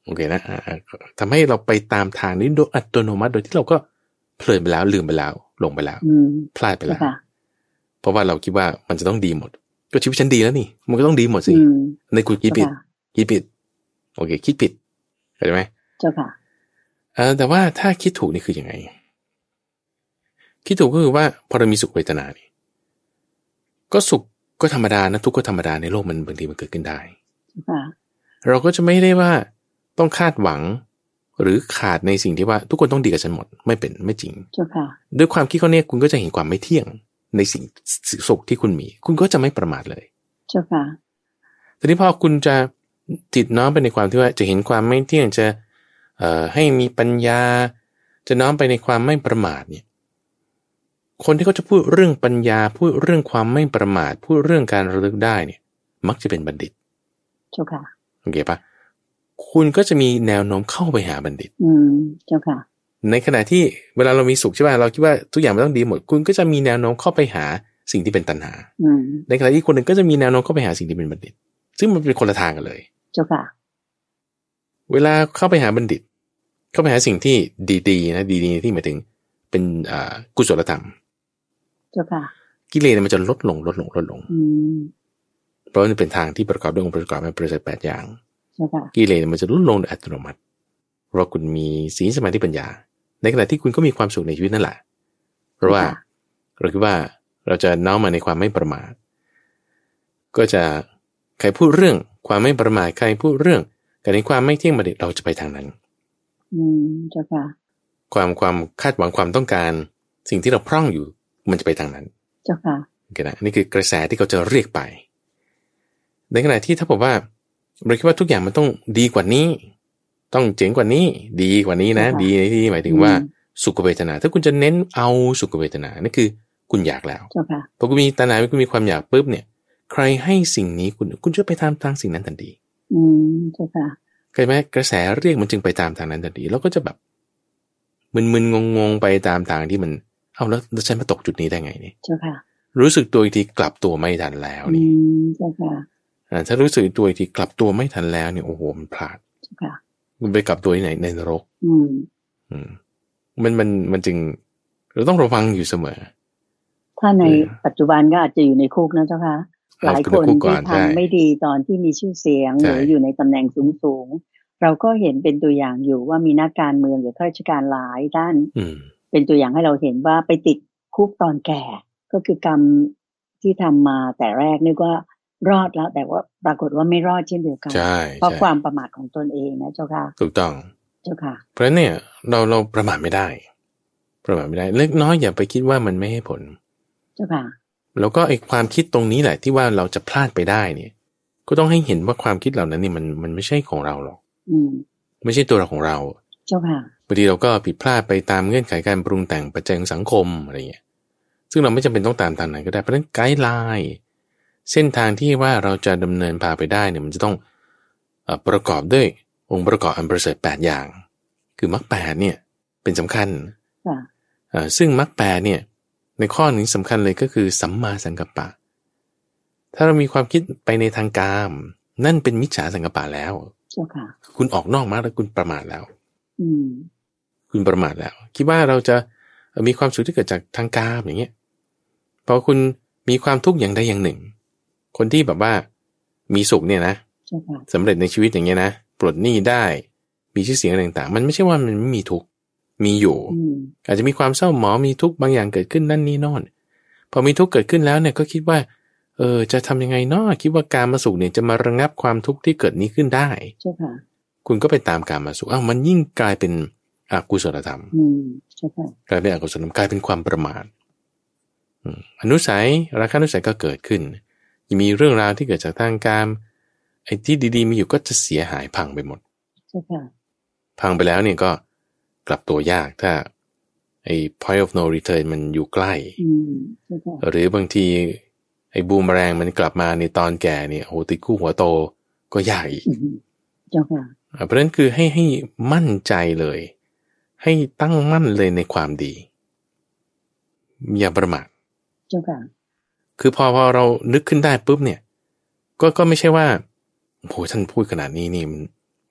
โอเคนะทำให้เราไปตามทางนี้โดยอัตโนมัติโดยที่เราก็เพลินไปแล้วลืมไปแล้วหลงไปแล้วพลาดไปแล้วเพราะว่าเราคิดว่ามันจะต้องดีหมดก็ชีวิตฉันดีแล้วนี่มันก็ต้องดีหมดสิในกูคิดผิดคิดผิดโอเคคิดผิดเข้าใจไหมเจ้าค่ะเออแต่ว่าถ้าคิดถูกนี่คือยังไงคิดถูกก็คือว่าพอเรามีสุขเวทนานี่ก็สุขก็ธรรมดานะทุกข์ก็ธรรมดาในโลกมันบางทีมันเกิดขึ้นได้เราก็จะไม่ได้ว่าต้องคาดหวังหรือขาดในสิ่งที่ว่าทุกคนต้องดีกับฉันหมดไม่เป็นไม่จริงด้วยความคิดเขาเนี่ยคุณก็จะเห็นความไม่เที่ยงในสิ่งสุขที่คุณมีคุณก็จะไม่ประมาทเลยเจ้าค่ะทีนี้พอคุณจะจิตน้อมไปในความที่ว่าจะเห็นความไม่เที่ยงจะเอ่อให้มีปัญญาจะน้อมไปในความไม่ประมาทเนี่ยคนที่เขาจะพูดเรื่องปัญญาพูดเรื่องความไม่ประมาทพูดเรื่องการระลึกได้เนี่ยมักจะเป็นบัณฑิตเจ้าค่ะโอเคปะคุณก็จะมีแนวโน้มเข้าไปหาบัณฑิตอืมเจ้าค่ะในขณะที่เวลาเรามีสุขใช่ป่ะเราคิดว่าทุกอย่างมันต้องดีหมดคุณก็จะมีแนวโน้มเข้าไปหาสิ่งที่เป็นตัณหาในขณะที่คนหนึ่งก็จะมีแนวโน้มเข้าไปหาสิ่งที่เป็นบัณฑิตซึ่งมันเป็นคนละทางกันเลยเจ้าค่ะเวลาเข้าไปหาบัณฑิตเข้าไปหาสิ่งที่ดีๆนะดีๆที่หมายถึงเป็นอ่ากุศลธรรมเจ้าค่ะกิเลสมันจะลดลงลดลงลดลงเพราะมันเป็นทางที่ประกอบด้วยองค์ประกอบแห่งประเสริฐแปดอย่างกิเลสมันจะลดลงโดยอัตโนมัติเพราะคุณมีศีลสมาธิปัญญาในขณะที่คุณก็มีความสุขในชีวิตนั่นแหละเพราะว่าเราคิดว่าเราจะน้อมมาในความไม่ประมาทก็จะใครพูดเรื่องความไม่ประมาทใครพูดเรื่องการในความไม่เที่ยงบัณฑิตเราจะไปทางนั้นอืมเจ้าค่ะความความคาดหวังความต้องการสิ่งที่เราพร่องอยู่มันจะไปทางนั้นเจ้าค่ะโอเคนะนี่คือกระแสที่เขาจะเรียกไปในขณะที่ถ้าบอกว่าเราคิดว่าทุกอย่างมันต้องดีกว่านี้ต้องเจ๋งกว่านี้ดีกว่านี้นะดีในที่หมายถึงว่าสุขเวทนาถ้าคุณจะเน้นเอาสุขเวทนานั่นคือคุณอยากแล้วพอคุณมีตัณหาคุณมีความอยากปุ๊บเนี่ยใครให้สิ่งนี้คุณคุณจะไปตามทางสิ่งนั้นทันทีอืมเจ้าค่ะเข้าใจไหมกระแสเรียกมันจึงไปตามทางนั้นทันทีแล้วก็จะแบบมึนๆงงๆไปตามทางที่มันเอ้าแล้วฉันมาตกจุดนี้ได้ไงนี่เจ้าค่ะรู้สึกตัวอีกทีกลับตัวไม่ทันแล้วนี่อืมเจ้าค่ะถ้ารู้สึกตัวอีกทีกลับตัวไม่ทันแล้วเนี่ยโอ้โหมันพลาดเจ้าค่ะมันไปกลับตัวที่ไหนในนรกอืมอืมมันมันมันจึงเราต้องระวังอยู่เสมอถ้าในปัจจุบันก็อาจจะอยู่ในคุกนะเจ้าค่ะหลายคนที่ทำไม่ดีตอนที่มีชื่อเสียงหรืออยู่ในตำแหน่งสูงๆเราก็เห็นเป็นตัวอย่างอยู่ว่ามีนักการเมืองหรือข้าราชการหลายด้านเป็นตัวอย่างให้เราเห็นว่าไปติดคุกตอนแก่ก็คือกรรมที่ทำมาแต่แรกนึกว่ารอดแล้วแต่ว่าปรากฏว่าไม่รอดเช่นเดียวกันเพราะความประมาทของตนเองนะเจ้าค่ะถูกต้องเจ้าค่ะเพราะฉะนั้นเนี่ยเราเราประมาทไม่ได้ประมาทไม่ได้เล็กน้อยอย่าไปคิดว่ามันไม่ให้ผลเจ้าค่ะแล้วก็ไอ้ความคิดตรงนี้แหละที่ว่าเราจะพลาดไปได้เนี่ยก็ต้องให้เห็นว่าความคิดเหล่านั้นนี่มันมันไม่ใช่ของเราหรอกอืมไม่ใช่ตัวเราของเราเจ้าค่ะบางทีเราก็ผิดพลาดไปตามเงื่อนไขการปรุงแต่งปัจจัยของสังคมอะไรเงี้ยซึ่งเราไม่จำเป็นต้องตามทางไหนก็ได้เพราะฉะนั้นไกด์ไลน์เส้นทางที่ว่าเราจะดำเนินพาไปได้เนี่ยมันจะต้องประกอบด้วยองค์ประกอบอันประเสริฐแปดอย่างคือมรรคแปดเนี่ยเป็นสำคัญซึ่งมรรคแปดเนี่ยในข้อหนึ่งสำคัญเลยก็คือสัมมาสังกัปปะถ้าเรามีความคิดไปในทางกามนั่นเป็นมิจฉาสังกัปปะแล้วคุณออกนอกมรรคแล้วคุณประมาทแล้วคุณประมาทแล้วคิดว่าเราจะมีความสุขที่เกิดจากทางกามอย่างเงี้ยพอคุณมีความทุกข์อย่างใดอย่างหนึ่งคนที่แบบว่ามีสุขเนี่ยนะสำเร็จในชีวิตอย่างเงี้ยนะปลดหนี้ได้มีชื่อเสียงอะไรต่างๆมันไม่ใช่ว่ามันไม่มีทุกข์มีอยู่อาจจะมีความเศร้าหมองมีทุกข์บางอย่างเกิดขึ้นนั่นนี่โน่นพอมีทุกข์เกิดขึ้นแล้วเนี่ยก็คิดว่าเออจะทำยังไงเนาะคิดว่าการมาสุขเนี่ยจะมาระงับความทุกข์ที่เกิดนี้ขึ้นได้คุณก็ไปตามการมาสุขอ้าวมันยิ่งกลายเป็นอกุศลธรรมกลายเป็นอกุศลธรรมกลายเป็นความประมาทอนุสัยราคะอนุสัยก็เกิดขึ้นมีเรื่องราวที่เกิดจากทางการไอ้ที่ดีๆมีอยู่ก็จะเสียหายพังไปหมดพังไปแล้วเนี่ยก็กลับตัวยากถ้าไอ้ point of no return มันอยู่ใกล้หรือบางทีไอ้บูมแรงมันกลับมาในตอนแก่เนี่ยโอ้ติดคู่หัวโตก็ยากอีกเพราะฉะนั้นคือให้ให้มั่นใจเลยให้ตั้งมั่นเลยในความดีอย่าประมาทคือพอพอเรานึกขึ้นได้ปุ๊บเนี่ยก็ก็ไม่ใช่ว่าโอ้โหท่านพูดขนาดนี้นี่มัน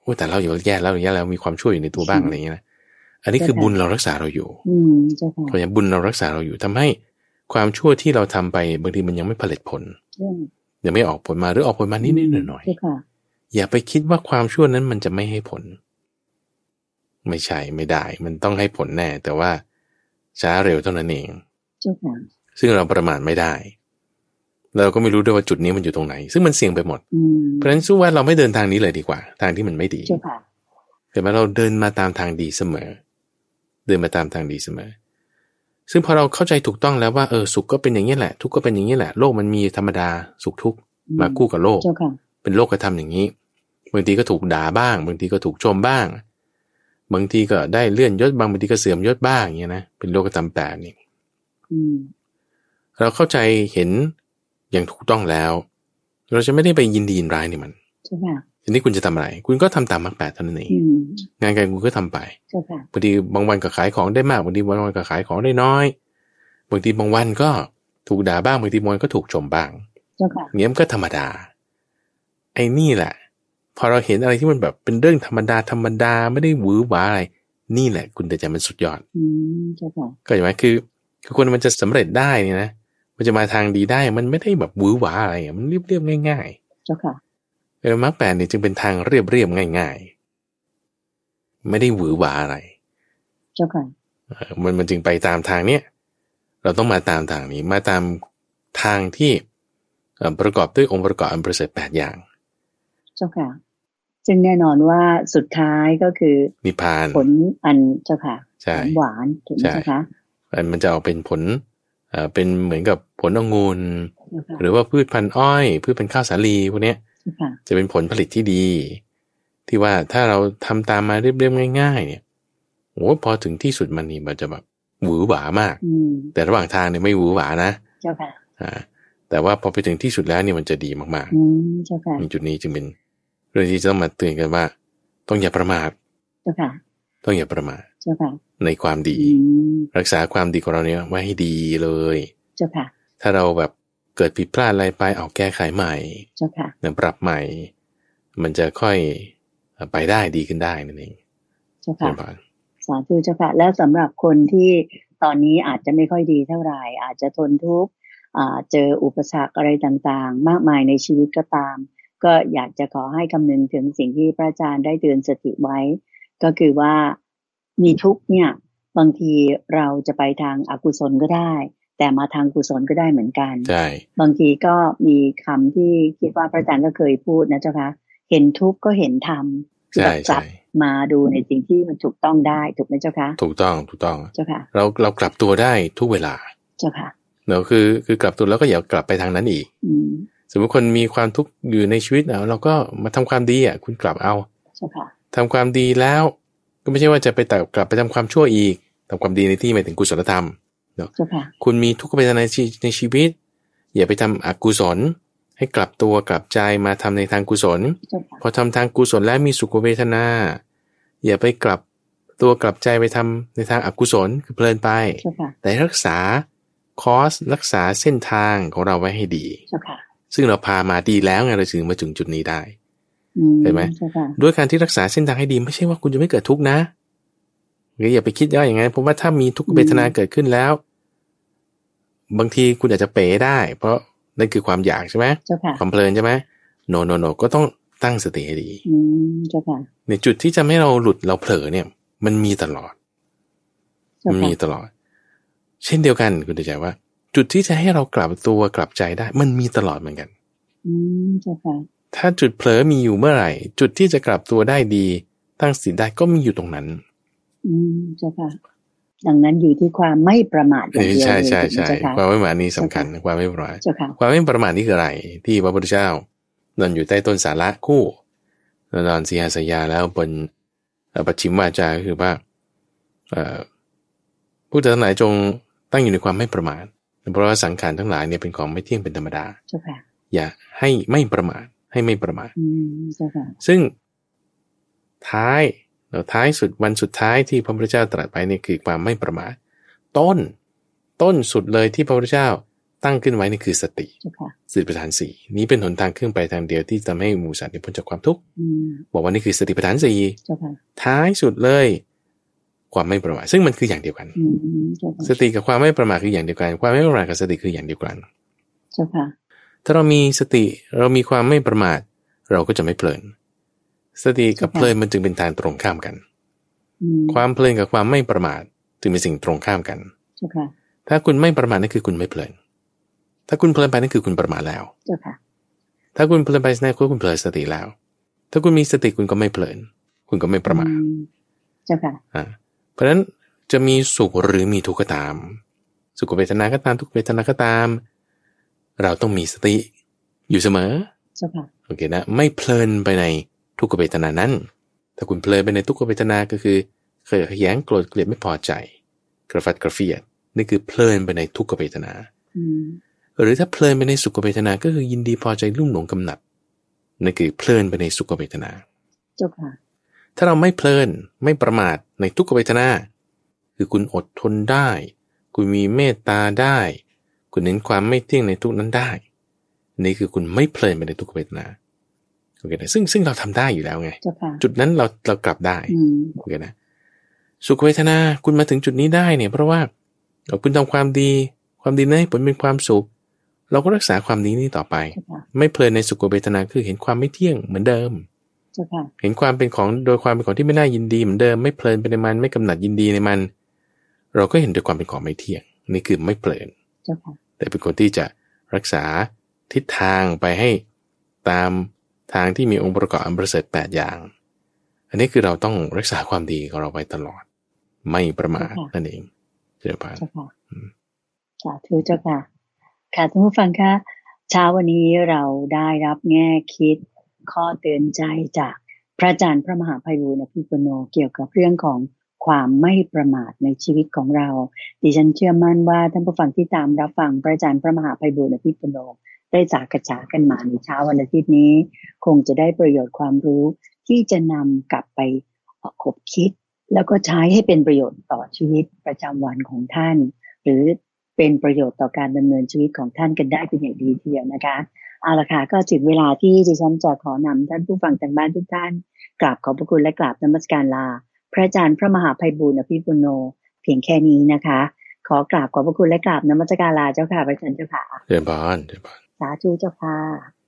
โอ้แต่เราอยู่แย่แล้วแย่แล้วมีความชั่วอยู่ในตัวบ้างอะไรอย่างเงี้ยนะอันนี้คือบุญเรารักษาเราอยู่เพราะฉะนั้นบุญเรารักษาเราอยู่ทำให้ความชั่วที่เราทำไปบางทีมันยังไม่ผลิตผลยังไม่ออกผลมาหรือออกผลมานิดๆหน่อยๆอย่าไปคิดว่าความชั่วนั้นมันจะไม่ให้ผลไม่ใช่ไม่ได้มันต้องให้ผลแน่แต่ว่าช้าเร็วเท่านั้นเองซึ่งเราประมาทไม่ได้เราก็ไม่รู้ด้วยว่าจุดนี้มันอยู่ตรงไหนซึ่งมันเสี่ยงไปหมดเพราะฉะนั้นสู้ว่าเราไม่เดินทางนี้เลยดีกว่าทางที่มันไม่ดีแต่ว่าเราเดินมาตามทางดีเสมอเดินมาตามทางดีเสมอซึ่งพอเราเข้าใจถูกต้องแล้วว่าเออสุขก็เป็นอย่างนี้แหละทุกข์ก็เป็นอย่างนี้แหละโลกมันมีธรรมดาสุขทุกข์มาคู่กับโลกเป็นโลกกระทำอย่างนี้บางทีก็ถูกด่าบ้างบางทีก็ถูกชมบ้างบางทีก็ได้เลื่อนยศบางบางทีก็เสื่อมยศบ้างอย่างเงี้ยนะเป็นโลกธรรมแปดนี่เราเข้าใจเห็นอย่างถูกต้องแล้วเราจะไม่ได้ไปยินดียินร้ายนี่มันทีนี้คุณจะทำอะไรคุณก็ทำตามมรรคแปดเท่านั้นเองงานการคุณก็ทำไปบางทีบางวันก็ขายของได้มากบางทีบางวันก็ขายของได้น้อยบางทีบางวันก็ถูกด่าบ้างบางทีบางวันก็ถูกชมบ้างเงี้ยมันก็ธรรมดาไอ้นี่แหละพอเราเห็นอะไรที่มันแบบเป็นเรื่องธรรมดาธรรมดาไม่ได้หวือหวาอะไรนี่แหละคุณแต่ใจมันสุดยอดก็อย่างไรคือคือคนมันจะสำเร็จได้เนี่ยนะมันจะมาทางดีได้มันไม่ได้แบบหวือหวาอะไรมันเรียบๆง่ายๆเจ้าค่ะเออมรรคแปดเนี่ยจึงเป็นทางเรียบๆง่ายๆไม่ได้หวือหวาอะไรเจ้าค่ะมันมันจึงไปตามทางเนี้ยเราต้องมาตามทางนี้มาตามทางที่ประกอบด้วยองค์ประกอบอันประเสริฐแปดอย่างเจ้าค่ะซึ่งแน่นอนว่าสุดท้ายก็คือนิพพานผลอันเจ้าค่ะหวานถูกไหมเจ้าค่ะมันจะออกเป็นผลอ่าเป็นเหมือนกับผลองุ่นหรือว่าพืชพันธุ์อ้อยพืชพันธุ์ข้าวสาลีพวกนี้จะเป็นผลผลิตที่ดีที่ว่าถ้าเราทำตามมาเรียบๆง่ายๆเนี่ยโอ้พอถึงที่สุดมันนี่มันจะแบบหวือหวามากแต่ระหว่างทางเนี่ยไม่หวือหวานะเจ้าค่ะอ่าแต่ว่าพอไปถึงที่สุดแล้วเนี่ยมันจะดีมากๆเจ้าค่ะจุดนี้จึงเป็นเรื่องที่จะต้องมาเตือนกันว่าต้องอย่าประมาทเจ้าค่ะต้องอย่าประมาทเจ้าค่ะในความดีรักษาความดีของเราเนี่ยไว้ให้ดีเลยเจ้าค่ะถ้าเราแบบเกิดผิดพลาดอะไรไปเอาแก้ไขใหม่เจ้าค่ะเนี่ยปรับใหม่มันจะค่อยไปได้ดีขึ้นได้นั่นเองเจ้าค่ะสาธุเจ้าค่ะแล้วสำหรับคนที่ตอนนี้อาจจะไม่ค่อยดีเท่าไหร่อาจจะทนทุกข์เจออุปสรรคอะไรต่างๆมากมายในชีวิตก็ตามก็อยากจะขอให้คำนึงถึงสิ่งที่พระอาจารย์ได้เตือนสติไว้ก็คือว่ามีทุกข์เนี่ยบางทีเราจะไปทางอกุศลก็ได้แต่มาทางกุศลก็ได้เหมือนกันใช่บางทีก็มีคำที่คิดว่าพระอาจารย์ก็เคยพูดนะเจ้าคะเห็นทุกข์ก็เห็นธรรมใช่ใช่มาดูในสิ่งที่มันถูกต้องได้ถูกไหมเจ้าคะถูกต้องถูกต้องเจ้าค่ะเราเรากลับตัวได้ทุกเวลาเจ้าค่ะเราคือคือกลับตัวแล้วก็อย่ากลับไปทางนั้นอีกสมมติคนมีความทุกข์อยู่ในชีวิตเราเราก็มาทำความดีอ่ะคุณกลับเอาเจ้าค่ะทำความดีแล้วก็ไม่ใช่ว่าจะไปแต่กลับไปทำความชั่วอีกทำความดีในที่หมายถึงกุศลธรรมเนาะคุณมีทุกขเวทนาในในชีวิตอย่าไปทำอกุศลให้กลับตัวกลับใจมาทำในทางกุศลพอทำทางกุศลแล้วมีสุขเวทนาอย่าไปกลับตัวกลับใจไปทำในทางอกุศลคือเพลินไปแต่รักษาคอร์สรักษาเส้นทางของเราไว้ให้ดีซึ่งเราพามาดีแล้วไงเราถึงมาถึงจุดนี้ได้เห็นไหมด้วยการที่รักษาเส้นทางให้ดีไม่ใช่ว่าคุณจะไม่เกิดทุกข์นะหรืออย่าไปคิดว่าอย่างนั้นเพราะว่าถ้ามีทุกขเวทนาเกิดขึ้นแล้วบางทีคุณอาจจะเป๋ได้เพราะนั่นคือความอยากใช่ไหมความเพลินใช่ไหมโนโนโนก็ต้องตั้งสติให้ดีในจุดที่จะไม่เราหลุดเราเผลอเนี่ยมันมีตลอดมันมีตลอดเช่นเดียวกันคุณเข้าใจว่าจุดที่จะให้เรากลับตัวกลับใจได้มันมีตลอดเหมือนกันอืมเจ้าค่ะถ้าจุดเผลอมีอยู่เมื่อไหร่จุดที่จะกลับตัวได้ดีตั้งสติได้ก็มีอยู่ตรงนั้นอืมเจ้าค่ะดังนั้นอยู่ที่ความไม่ประมาทอย่างเดียวเลยใช่ใช่ใช่ความไม่ประมาทนี้สำคัญความไม่ประมาทความไม่ประมาทนี่คืออะไรที่พระพุทธเจ้านอนอยู่ใต้ต้นสาระคู่นอนสีหสยาแล้วบนปัจฉิมวาจาคือว่าผู้ทั้งหลายจงตั้งอยู่ในความไม่ประมาทเพราะว่าสังขารทั้งหลายเนี่ยเป็นของไม่เที่ยงเป็นธรรมดาอย่าให้ไม่ประมาทให้ไม่ประมาทซึ่งท้ายท้ายสุดวันสุดท้ายที่พระพุทธเจ้าตรัสไปเนี่ยคือความไม่ประมาทต้นต้นสุดเลยที่พระพุทธเจ้าตั้งขึ้นไว้นี่คือสติ okay. สติปัฏฐานสี่นี้เป็นหนทางขึ้นไปทางเดียวที่ทำให้หมู่สัตว์พ้นจากความทุกข์ mm. บอกว่านี่คือสติปัฏฐานสี่ okay. ท้ายสุดเลยความไม่ประมาทซึ่งมันคืออย่างเดียวกัน mm. okay. สติกับความไม่ประมาทคืออย่างเดียวกันความไม่ประมาทกับสติคืออย่างเดียวกัน okay. ถ้าเรามีสติเรามีความไม่ประมาทเราก็จะไม่เพลินสติกับเพลินมันจึงเป็นทางตรงข้ามกัน mm. ความเพลินกับความไม่ประมาทจึงเป็นสิ่งตรงข้ามกัน okay. ถ้าคุณไม่ประมาทนั่นคือคุณไม่เพลินถ้าคุณเพลินไปนั่นคือคุณประมาทแล้ว okay. ถ้าคุณเพลินไปนั่นคือคุณเพลินสติแล้วถ้าคุณมีสติคุณก็ไม่เพลินคุณก็ไม่ประมาท mm. okay. อ่าเพราะฉะนั้นจะมีสุขหรือมีทุกข์ก็ตามสุขเวทนาก็ตามทุกขเวทนาก็ตามเราต้องมีสติอยู่เสมอ okay. โอเคนะไม่เพลินไปในทุกขเวทนานั้นถ้าคุณเพลินไปในทุกขเวทนาก็คือเคยขยันโกรธเกลียดไม่พอใจกระฟัดกระเฟียดนี่คือเพลินไปในทุกขเวทนา mm. หรือถ้าเพลินไปในสุขเวทนาก็คือยินดีพอใจลุ่มหลงกำหนัดนั่นคือเพลินไปในสุขเวทนา okay. ถ้าเราไม่เพลินไม่ประมาทในทุกขเวทนาคือคุณอดทนได้คุณมีเมตตาได้คุณเห็นความไม่เที่ยงในทุกนั้นได้นี่คือคุณไม่เพลินไปในทุกขเวทนาโอเคนะซึ่งซึ่งเราทำได้อยู่แล้วไง okay. จุดนั้นเราเรากลับได้ mm. โอเคนะสุขเวทนาคุณมาถึงจุดนี้ได้เนี่ยเพราะว่าคุณทำความดีความดีนั้นให้ผลเป็นความสุขเราก็รักษาความดีนี้ต่อไป okay. ไม่เพลินในสุขเวทนาคือเห็นความไม่เที่ยงเหมือนเดิม okay. เห็นความเป็นของโดยความเป็นของที่ไม่น่ายินดีเหมือนเดิมไม่เพลินไปในมันไม่กำหนัดยินดีในมันเราก็เห็นโดยความเป็นของไม่เที่ยงนี่คือไม่เพลิน okay. แต่เป็นคนที่จะรักษาทิศทางไปให้ตามทางที่มีองค์ประกอบอันประเสริฐแปดอย่างอันนี้คือเราต้องรักษาความดีของเราไว้ตลอดไม่ประมาท okay. นั่นเองเจ้าค่ะสาธุเจ้าค่ะค่ะท่านผู้ฟังคะเช้าวันนี้เราได้รับแง่คิดข้อเตือนใจจากพระอาจารย์พระมหาไพบูลย์อภิปุโนเกี่ยวกับเรื่องของความไม่ประมาทในชีวิตของเราดิฉันเชื่อมั่นว่าท่านผู้ฟังที่ตามรับฟังพระอาจารย์พระมหาไพบูลย์อภิปุโนได้จากกระจากันมาในเช้าวันอาทิตย์นี้คงจะได้ประโยชน์ความรู้ที่จะนำกลับไปคบคิดแล้วก็ใช้ให้เป็นประโยชน์ต่อชีวิตประจำวันของท่านหรือเป็นประโยชน์ต่อการดำเนินชีวิตของท่านกันได้เป็นอย่างดีทีเดียวนะคะเอาล่ะค่ะก็ถึงเวลาที่ดิฉันจะขอนำท่านผู้ฟังทางบ้านทุกท่านกราบขอบพระคุณและกราบนมัสการลาพระอาจารย์พระมหาไพบูลย์อภิปุโนเพียงแค่นี้นะคะขอกราบขอบพระคุณและกราบนมัสการลาเจ้าค่ะพระอาจารย์เจ้าค่ะเจริญพรเจริญพรสาธุเจ้าค่ะ